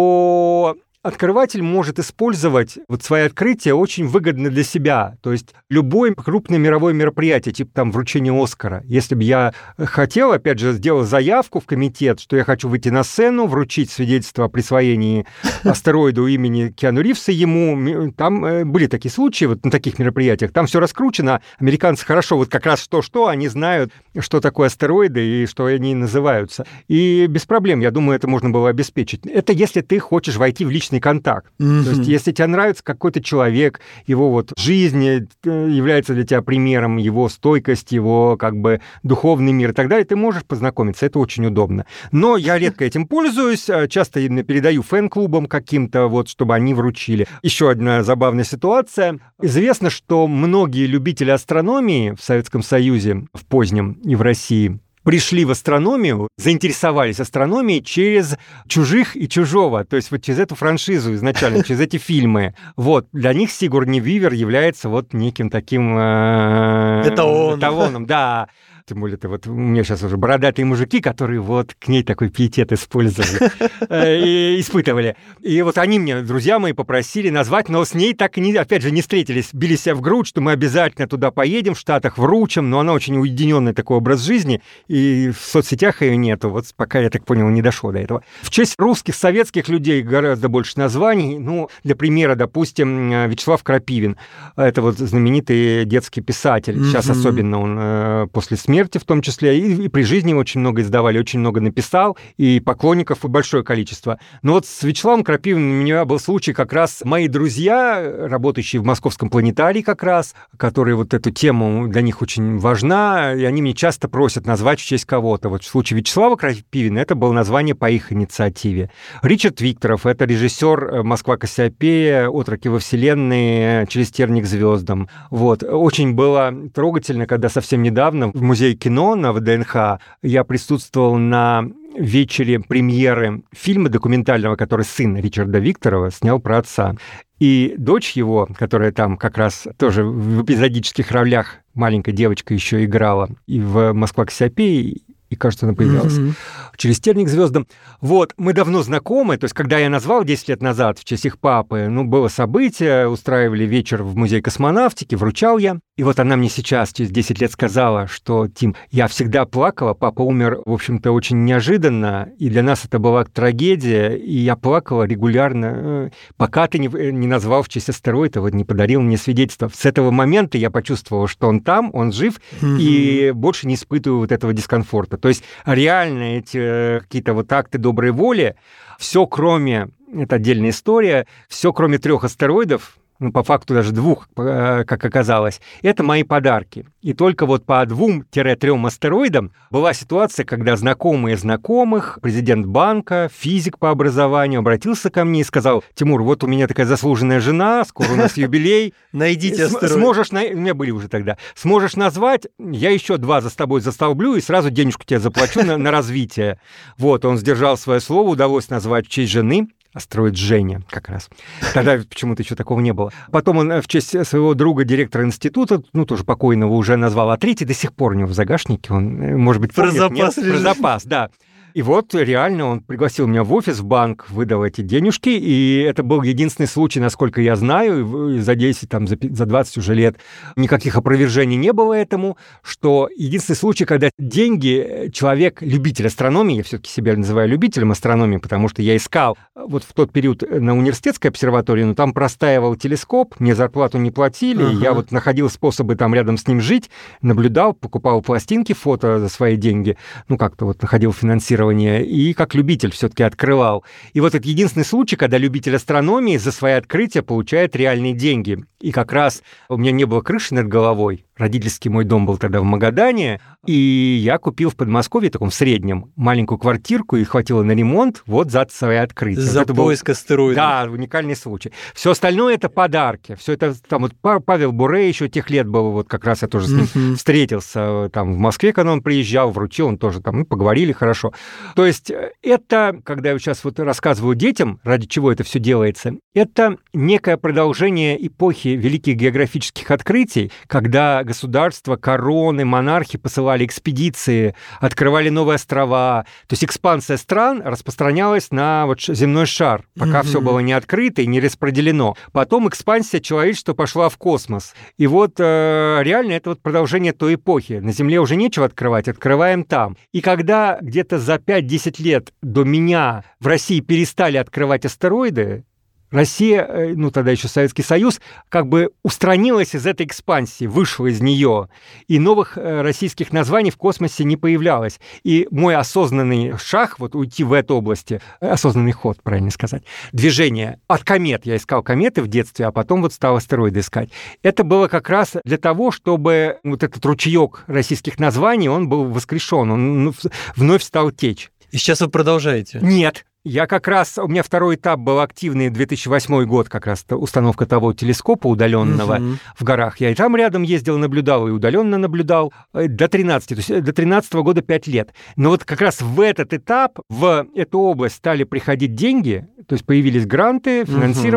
Speaker 2: то открыватель может использовать вот свои открытия очень выгодно для себя. То есть любое крупное мировое мероприятие, типа там вручения Оскара. Если бы я хотел, опять же, сделал заявку в комитет, что я хочу выйти на сцену, вручить свидетельство о присвоении астероиду имени Киану Ривза ему, там были такие случаи вот на таких мероприятиях, там все раскручено, американцы хорошо, вот как раз что-что, они знают, что такое астероиды и что они называются. И без проблем, я думаю, это можно было обеспечить. Это если ты хочешь войти в личный контакт. Mm-hmm. То есть, если тебе нравится какой-то человек, его вот жизнь является для тебя примером, его стойкость, его как бы духовный мир и так далее, ты можешь познакомиться, это очень удобно. Но я редко этим пользуюсь, часто передаю фэн-клубам каким-то, вот, чтобы они вручили. Еще одна забавная ситуация. Известно, что многие любители астрономии в Советском Союзе, в позднем и в России, пришли в астрономию, заинтересовались астрономией через «Чужих» и «Чужого», то есть вот через эту франшизу изначально, через эти фильмы. Вот, для них Сигурни Вивер является вот неким таким... Э,
Speaker 1: эталоном.
Speaker 2: Эталоном, да. Тем более, это вот у меня сейчас уже бородатые мужики, которые вот к ней такой пиетет использовали, и испытывали. И вот они мне, друзья мои, попросили назвать, но с ней так, не, опять же, не встретились, били себя в грудь, что мы обязательно туда поедем, в Штатах, вручим, но она очень уединенный такой образ жизни, и в соцсетях ее нету, вот пока, я так понял, не дошло до этого. В честь русских, советских людей гораздо больше названий, ну, для примера, допустим, Вячеслав Крапивин, это вот знаменитый детский писатель, mm-hmm. сейчас особенно он э, после смерти в том числе, и, и при жизни очень много издавали, очень много написал, и поклонников и большое количество. Но вот с Вячеславом Крапивиным у меня был случай, как раз мои друзья, работающие в Московском планетарии как раз, которые вот эту тему для них очень важна, и они мне часто просят назвать в честь кого-то. Вот в случае Вячеслава Крапивина это было название по их инициативе. Ричард Викторов, это режиссер «Москва Кассиопея», «Отроки во вселенной», «Через терник звездам». Вот. Очень было трогательно, когда совсем недавно в Музее кино на ВДНХ я присутствовал на вечере премьеры фильма документального, который сын Ричарда Викторова снял про отца. И дочь его, которая там как раз тоже в эпизодических ролях, маленькая девочка еще играла и в «Москва Кассиопея», и, кажется, она появлялась mm-hmm. «Через терник звездам». Вот, мы давно знакомы, то есть, когда я назвал десять лет назад в честь их папы, ну, было событие, устраивали вечер в Музее космонавтики, вручал я. И вот она мне сейчас, через десять лет, сказала, что, Тим, я всегда плакала, папа умер, в общем-то, очень неожиданно, и для нас это была трагедия, и я плакала регулярно, пока ты не, не назвал в честь астероида, вот не подарил мне свидетельство. С этого момента я почувствовала, что он там, он жив, mm-hmm. и больше не испытываю вот этого дискомфорта. То есть реально эти какие-то вот акты доброй воли, все кроме, это отдельная история, все кроме трех астероидов, ну, по факту даже двух, как оказалось, это мои подарки. И только вот по двум-трем астероидам была ситуация, когда знакомые знакомых, президент банка, физик по образованию, обратился ко мне и сказал: Тимур, вот у меня такая заслуженная жена, скоро у нас юбилей.
Speaker 1: Найдите астероид.
Speaker 2: Сможешь, у меня были уже тогда, сможешь назвать, я еще два за тобой застолблю и сразу денежку тебе заплачу на, на развитие. Вот, он сдержал свое слово, удалось назвать в честь жены. Астероид Женя как раз. Тогда почему-то еще такого не было. Потом он в честь своего друга, директора института, ну, тоже покойного, уже назвал, а третий до сих пор у него в загашнике. Он, может быть, помнит,
Speaker 1: про запас
Speaker 2: нет? Про запас, да. И вот реально он пригласил меня в офис, в банк, выдал эти денежки, и это был единственный случай, насколько я знаю, за десять, там, за двадцать уже лет никаких опровержений не было этому, что единственный случай, когда деньги человек, любитель астрономии, я все-таки себя называю любителем астрономии, потому что я искал вот в тот период на университетской обсерватории, но там простаивал телескоп, мне зарплату не платили, uh-huh. я вот находил способы там рядом с ним жить, наблюдал, покупал пластинки, фото за свои деньги, ну как-то вот находил финансирование, и как любитель все-таки открывал. И вот это единственный случай, когда любитель астрономии за свои открытия получает реальные деньги. И как раз у меня не было крыши над головой, родительский мой дом был тогда в Магадане, и я купил в Подмосковье, таком в среднем, маленькую квартирку, и хватило на ремонт вот за свои открытия.
Speaker 1: За
Speaker 2: вот
Speaker 1: поиск
Speaker 2: был...
Speaker 1: астероидов.
Speaker 2: Да, уникальный случай. Все остальное — это подарки. Все это там вот Павел Буре еще тех лет был, вот как раз я тоже с ним uh-huh. встретился там в Москве, когда он приезжал, вручил, он тоже там, мы поговорили хорошо. То есть это, когда я сейчас вот рассказываю детям, ради чего это все делается, это некое продолжение эпохи великих географических открытий, когда государства, короны, монархи посылали экспедиции, открывали новые острова. То есть экспансия стран распространялась на вот земной шар, пока mm-hmm. все было не открыто и не распределено. Потом экспансия человечества пошла в космос. И вот э, реально это вот продолжение той эпохи. На Земле уже нечего открывать, открываем там. И когда где-то за пять-десять лет до меня в России перестали открывать астероиды, Россия, ну тогда еще Советский Союз, как бы устранилась из этой экспансии, вышла из нее, и новых российских названий в космосе не появлялось. И мой осознанный шаг, вот уйти в эту область, осознанный ход, правильно сказать, движение от комет, я искал кометы в детстве, а потом вот стал астероиды искать. Это было как раз для того, чтобы вот этот ручеек российских названий, он был воскрешен, он вновь стал течь.
Speaker 1: И сейчас вы продолжаете?
Speaker 2: Нет. Я как раз, у меня второй этап был активный, две тысячи восьмой год, как раз установка того телескопа удаленного uh-huh. в горах. Я и там рядом ездил, наблюдал, и удаленно наблюдал до тринадцати, то есть до тринадцатого года пять лет. Но вот как раз в этот этап, в эту область стали приходить деньги, то есть появились гранты, финансирование. Uh-huh.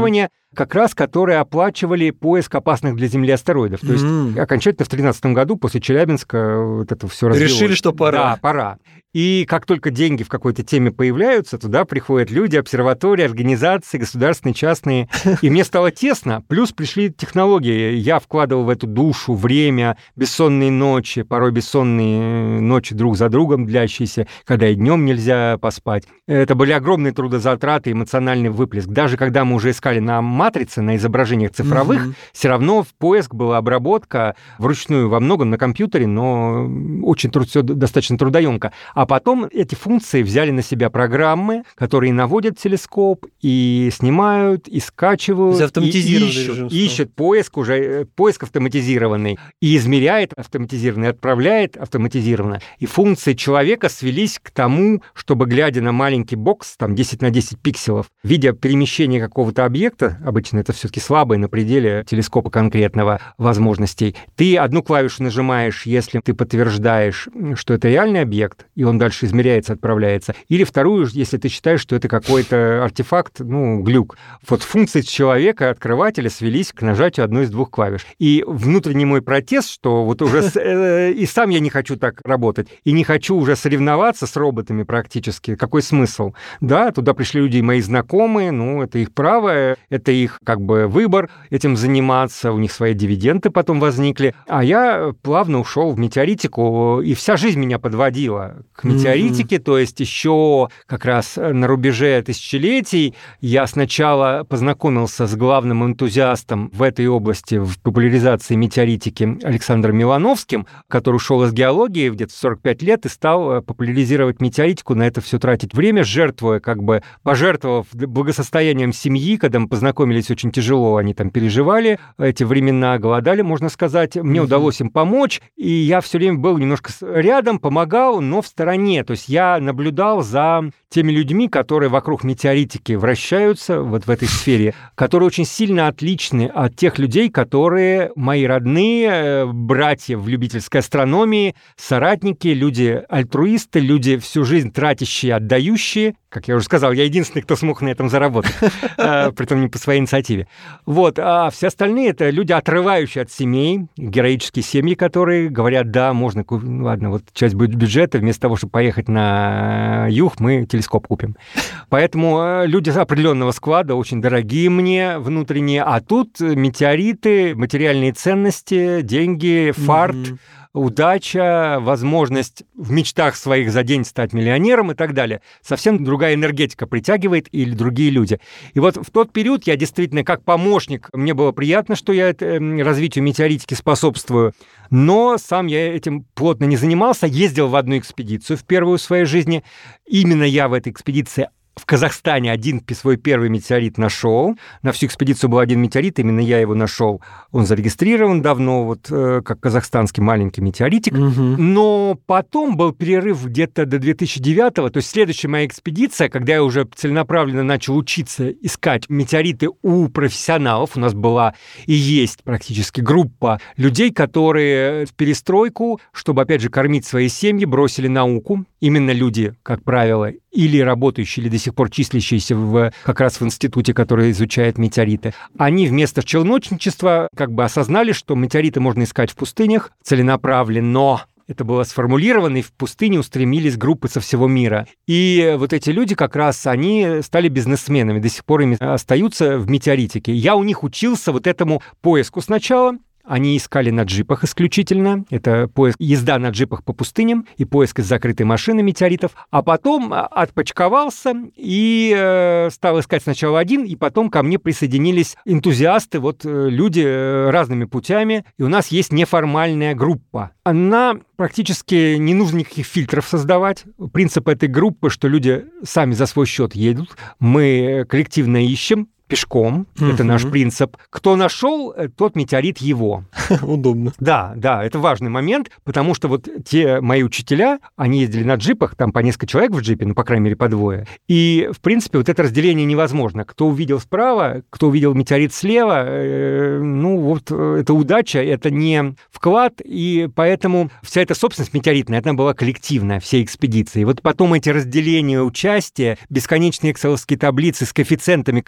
Speaker 2: как раз которые оплачивали поиск опасных для Земли астероидов. То есть mm. окончательно в тринадцатом году после Челябинска вот это все развилось.
Speaker 1: Решили, что пора.
Speaker 2: Да, пора. И как только деньги в какой-то теме появляются, туда приходят люди, обсерватории, организации, государственные, частные. И мне стало тесно. Плюс пришли технологии. Я вкладывал в эту душу, время, бессонные ночи, порой бессонные ночи друг за другом длящиеся, когда и днем нельзя поспать. Это были огромные трудозатраты, эмоциональный выплеск. Даже когда мы уже искали на матрице, на изображениях цифровых, mm-hmm. все равно в поиск была обработка вручную во многом на компьютере, но очень труд, все достаточно трудоемко. А потом эти функции взяли на себя программы, которые наводят телескоп, и снимают, и скачивают, и ищут, ищут поиск уже, поиск автоматизированный, и измеряет автоматизированно, и отправляет автоматизированно. И функции человека свелись к тому, чтобы, глядя на маленький бокс, там десять на десять пикселов, видя перемещение какого-то объекта, обычно это все-таки слабое на пределе телескопа конкретного возможностей, ты одну клавишу нажимаешь, если ты подтверждаешь, что это реальный объект, и он дальше измеряется, отправляется. Или вторую, если ты считаешь, что это какой-то артефакт, ну, глюк. Вот функции человека, открывателя, свелись к нажатию одной из двух клавиш. И внутренний мой протест, что вот уже с, э, и сам я не хочу так работать, и не хочу уже соревноваться с роботами практически. Какой смысл? Да, туда пришли люди, мои знакомые, ну, это их право, это их как бы выбор этим заниматься, у них свои дивиденды потом возникли. А я плавно ушел в метеоритику, и вся жизнь меня подводила к метеоритике, mm-hmm. то есть еще как раз на рубеже тысячелетий я сначала познакомился с главным энтузиастом в этой области, в популяризации метеоритики Александром Милановским, который ушел из геологии где-то в сорок пять лет и стал популяризировать метеоритику, на это все тратить время, жертвуя, как бы пожертвовав благосостоянием семьи, когда мы познакомились очень тяжело, они там переживали эти времена, голодали, можно сказать, мне mm-hmm. удалось им помочь, и я все время был немножко рядом, помогал, но в стороне. То есть я наблюдал за теми людьми, которые вокруг метеоритики вращаются вот в этой сфере, которые очень сильно отличны от тех людей, которые мои родные, братья в любительской астрономии, соратники, люди альтруисты, люди всю жизнь тратящие, отдающие. Как я уже сказал, я единственный, кто смог на этом заработать, притом не по своей инициативе. Вот, а все остальные — это люди, отрывающие от семей, героические семьи, которые говорят, да, можно, ну, ладно, вот часть будет бюджета, вместо того, чтобы поехать на юг, мы телескоп купим. Поэтому люди определенного склада, очень дорогие мне внутренние, а тут метеориты, материальные ценности, деньги, фарт, mm-hmm. удача, возможность в мечтах своих за день стать миллионером и так далее. Совсем другая энергетика притягивает или другие люди. И вот в тот период я действительно как помощник, мне было приятно, что я развитию метеоритики способствую, но сам я этим плотно не занимался, ездил в одну экспедицию в первую в своей жизни. Именно я в этой экспедиции в Казахстане один свой первый метеорит нашел. На всю экспедицию был один метеорит, именно я его нашел. Он зарегистрирован давно, вот э, как казахстанский маленький метеоритик. Угу. Но потом был перерыв где-то до две тысячи девятого, то есть следующая моя экспедиция, когда я уже целенаправленно начал учиться искать метеориты у профессионалов. У нас была и есть практически группа людей, которые в перестройку, чтобы, опять же, кормить свои семьи, бросили науку. Именно люди, как правило, или работающие, или до сих пор числящиеся в, как раз в институте, который изучает метеориты, они вместо челночничества как бы осознали, что метеориты можно искать в пустынях целенаправленно. Это было сформулировано, и в пустыне устремились группы со всего мира. И вот эти люди как раз, они стали бизнесменами, до сих пор ими остаются в метеоритике. Я у них учился вот этому поиску сначала. Они искали на джипах исключительно. Это поиск, езда на джипах по пустыням и поиск из закрытой машины метеоритов. А потом отпочковался и э, стал искать сначала один, и потом ко мне присоединились энтузиасты, вот э, люди э, разными путями. И у нас есть неформальная группа. Она практически не нужно никаких фильтров создавать. Принцип этой группы, что люди сами за свой счет едут. Мы коллективно ищем. Пешком, uh-huh. это наш принцип. Кто нашел, тот метеорит его.
Speaker 1: Удобно.
Speaker 2: Да, да, это важный момент, потому что вот те мои учителя, они ездили на джипах, там по несколько человек в джипе, ну, по крайней мере, по двое. И, в принципе, вот это разделение невозможно. Кто увидел справа, кто увидел метеорит слева, э, ну, вот это удача, это не вклад, и поэтому вся эта собственность метеоритная, она была коллективная, всей экспедиции. И вот потом эти разделения участия, бесконечные экселовские таблицы с коэффициентами, кому что, что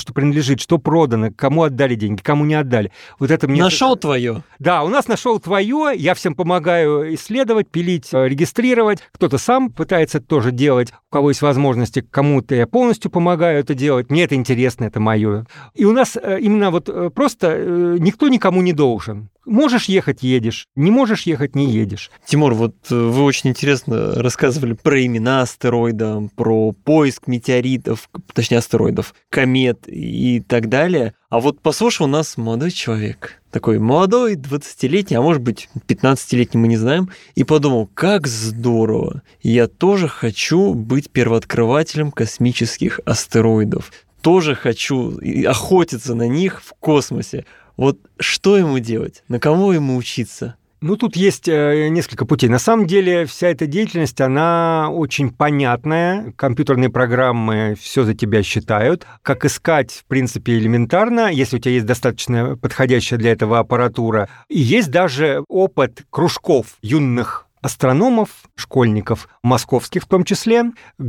Speaker 2: государству принадлежит, что продано, кому отдали деньги, кому не отдали. Вот это мне...
Speaker 1: Нашел твое.
Speaker 2: Да, у нас нашел твое, я всем помогаю исследовать, пилить, регистрировать. Кто-то сам пытается это тоже делать, у кого есть возможности, кому-то я полностью помогаю это делать. Мне это интересно, это мое. И у нас именно вот просто никто никому не должен. Можешь ехать — едешь, не можешь ехать — не едешь.
Speaker 1: Тимур, вот вы очень интересно рассказывали про имена астероидов, про поиск метеоритов, точнее астероидов, комет и так далее. А вот послушал у нас молодой человек, такой молодой, двадцатилетний, а может быть пятнадцатилетний, мы не знаем, и подумал, как здорово, я тоже хочу быть первооткрывателем космических астероидов, тоже хочу охотиться на них в космосе. Вот что ему делать? На кого ему учиться?
Speaker 2: Ну, тут есть несколько путей. На самом деле, вся эта деятельность, она очень понятная. Компьютерные программы все за тебя считают. Как искать, в принципе, элементарно, если у тебя есть достаточно подходящая для этого аппаратура. И есть даже опыт кружков юных астрономов, школьников, московских в том числе,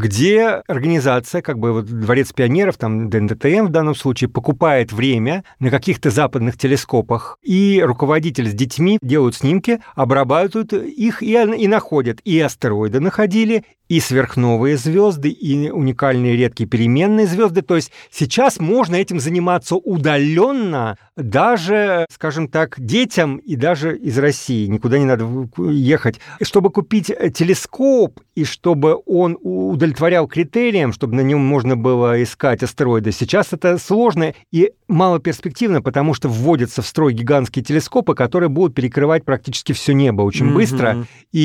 Speaker 2: где организация, как бы вот Дворец пионеров, там ДНТТМ в данном случае, покупает время на каких-то западных телескопах, и руководитель с детьми делают снимки, обрабатывают их и, и находят. И астероиды находили, и сверхновые звезды, и уникальные редкие переменные звезды. То есть сейчас можно этим заниматься удаленно даже, скажем так, детям и даже из России. Никуда не надо ехать. Чтобы купить телескоп и чтобы он удовлетворял критериям, чтобы на нем можно было искать астероиды, сейчас это сложно и малоперспективно, потому что вводятся в строй гигантские телескопы, которые будут перекрывать практически все небо очень mm-hmm. быстро.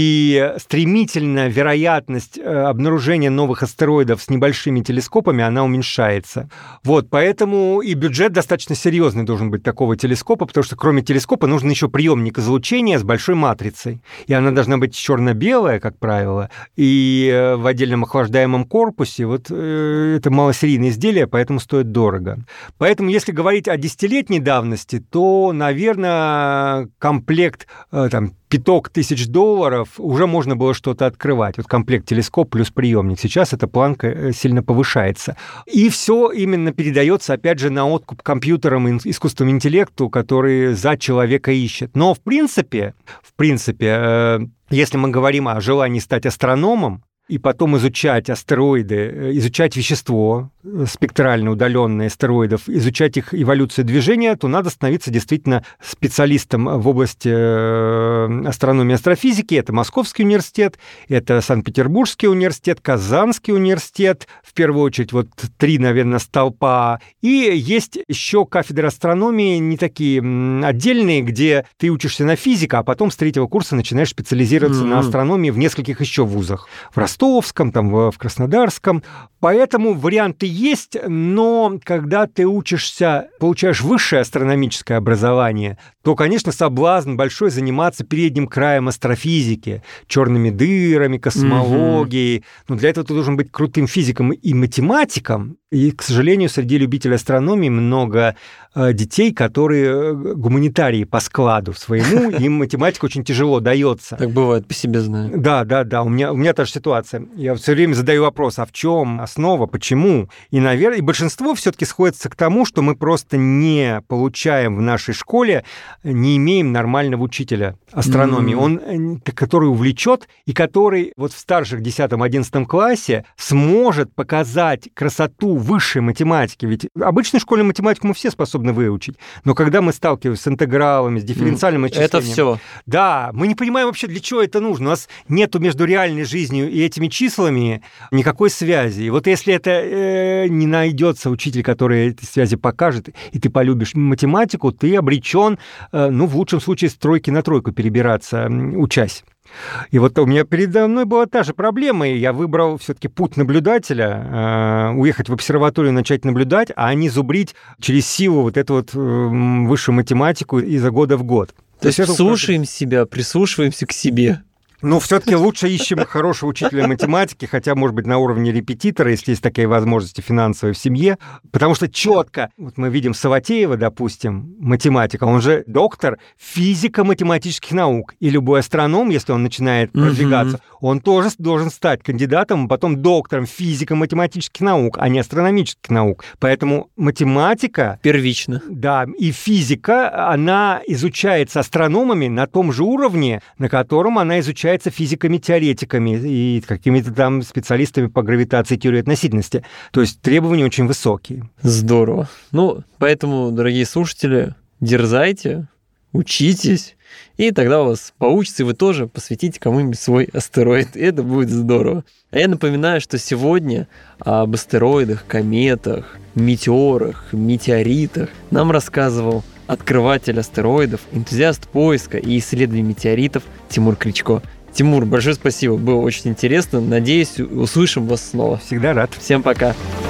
Speaker 2: И стремительно вероятность обнаружения новых астероидов с небольшими телескопами, она уменьшается. Вот, поэтому и бюджет достаточно серьезный должен быть такого телескопа, потому что кроме телескопа нужен еще приемник излучения с большой матрицей. И она должна быть черно-белая, как правило, и в отдельном охлаждаемом корпусе. Вот это малосерийное изделие, поэтому стоит дорого. Поэтому, если говорить о десятилетней давности, то, наверное, комплект там, пяток тысяч долларов уже можно было что-то открывать. Вот комплект телескоп плюс приемник. Сейчас эта планка сильно повышается. И все именно передается, опять же, на откуп компьютерам и искусственному интеллекту, который за человека ищет. Но в принципе, в принципе, если мы говорим о желании стать астрономом, и потом изучать астероиды, изучать вещество, спектрально удаленные астероидов, изучать их эволюцию движения, то надо становиться действительно специалистом в области астрономии и астрофизики. Это Московский университет, это Санкт-Петербургский университет, Казанский университет, в первую очередь вот три, наверное, столпа. И есть еще кафедры астрономии, не такие отдельные, где ты учишься на физика, а потом с третьего курса начинаешь специализироваться mm-hmm. на астрономии в нескольких еще вузах. В Ростовском, там, в Краснодарском. Поэтому варианты есть, но когда ты учишься, получаешь высшее астрономическое образование, то, конечно, соблазн большой заниматься передним краем астрофизики, черными дырами, космологией. Mm-hmm. Но для этого ты должен быть крутым физиком и математиком. И, к сожалению, среди любителей астрономии много детей, которые гуманитарии по складу своему, им математика очень тяжело дается.
Speaker 1: Так бывает, по себе знаю.
Speaker 2: Да, да, да, у меня, у меня та же ситуация. Я все время задаю вопрос, а в чем основа, почему? И, наверное, и большинство все-таки сходится к тому, что мы просто не получаем в нашей школе, не имеем нормального учителя астрономии, mm-hmm. он, который увлечет и который вот в старших десятом-одиннадцатом классе сможет показать красоту высшей математики. Ведь обычной школьной математику мы все способны выучить, но когда мы сталкиваемся с интегралами, с дифференциальным исчислением...
Speaker 1: Это все.
Speaker 2: Да, мы не понимаем вообще, для чего это нужно. У нас нету между реальной жизнью и этими числами никакой связи. И вот если это э, не найдется учитель, который эти связи покажет, и ты полюбишь математику, ты обречен, э, ну, в лучшем случае, с тройки на тройку перебираться, учась. И вот у меня передо мной была та же проблема, и я выбрал все-таки путь наблюдателя, э, уехать в обсерваторию, начать наблюдать, а не зубрить через силу вот эту вот э, высшую математику изо года в год.
Speaker 1: То, То есть слушаем это... себя, прислушиваемся к себе.
Speaker 2: Ну, все-таки лучше ищем хорошего учителя математики, хотя, может быть, на уровне репетитора, если есть такие возможности финансовые в семье, потому что четко, вот мы видим Саватеева, допустим, математика, он же доктор физико-математических наук, и любой астроном, если он начинает продвигаться, угу. он тоже должен стать кандидатом, а потом доктором физико-математических наук, а не астрономических наук. Поэтому математика...
Speaker 1: Первично.
Speaker 2: Да, и физика, она изучается астрономами на том же уровне, на котором она изучается физиками-теоретиками и какими-то там специалистами по гравитации и теории относительности. То есть требования очень высокие.
Speaker 1: Здорово. Ну, поэтому, дорогие слушатели, дерзайте, учитесь, и тогда у вас получится, и вы тоже посвятите кому-нибудь свой астероид. И это будет здорово. А я напоминаю, что сегодня об астероидах, кометах, метеорах, метеоритах нам рассказывал открыватель астероидов, энтузиаст поиска и исследований метеоритов Тимур Кричко. Тимур, большое спасибо, было очень интересно. Надеюсь, услышим вас снова.
Speaker 2: Всегда рад.
Speaker 1: Всем пока.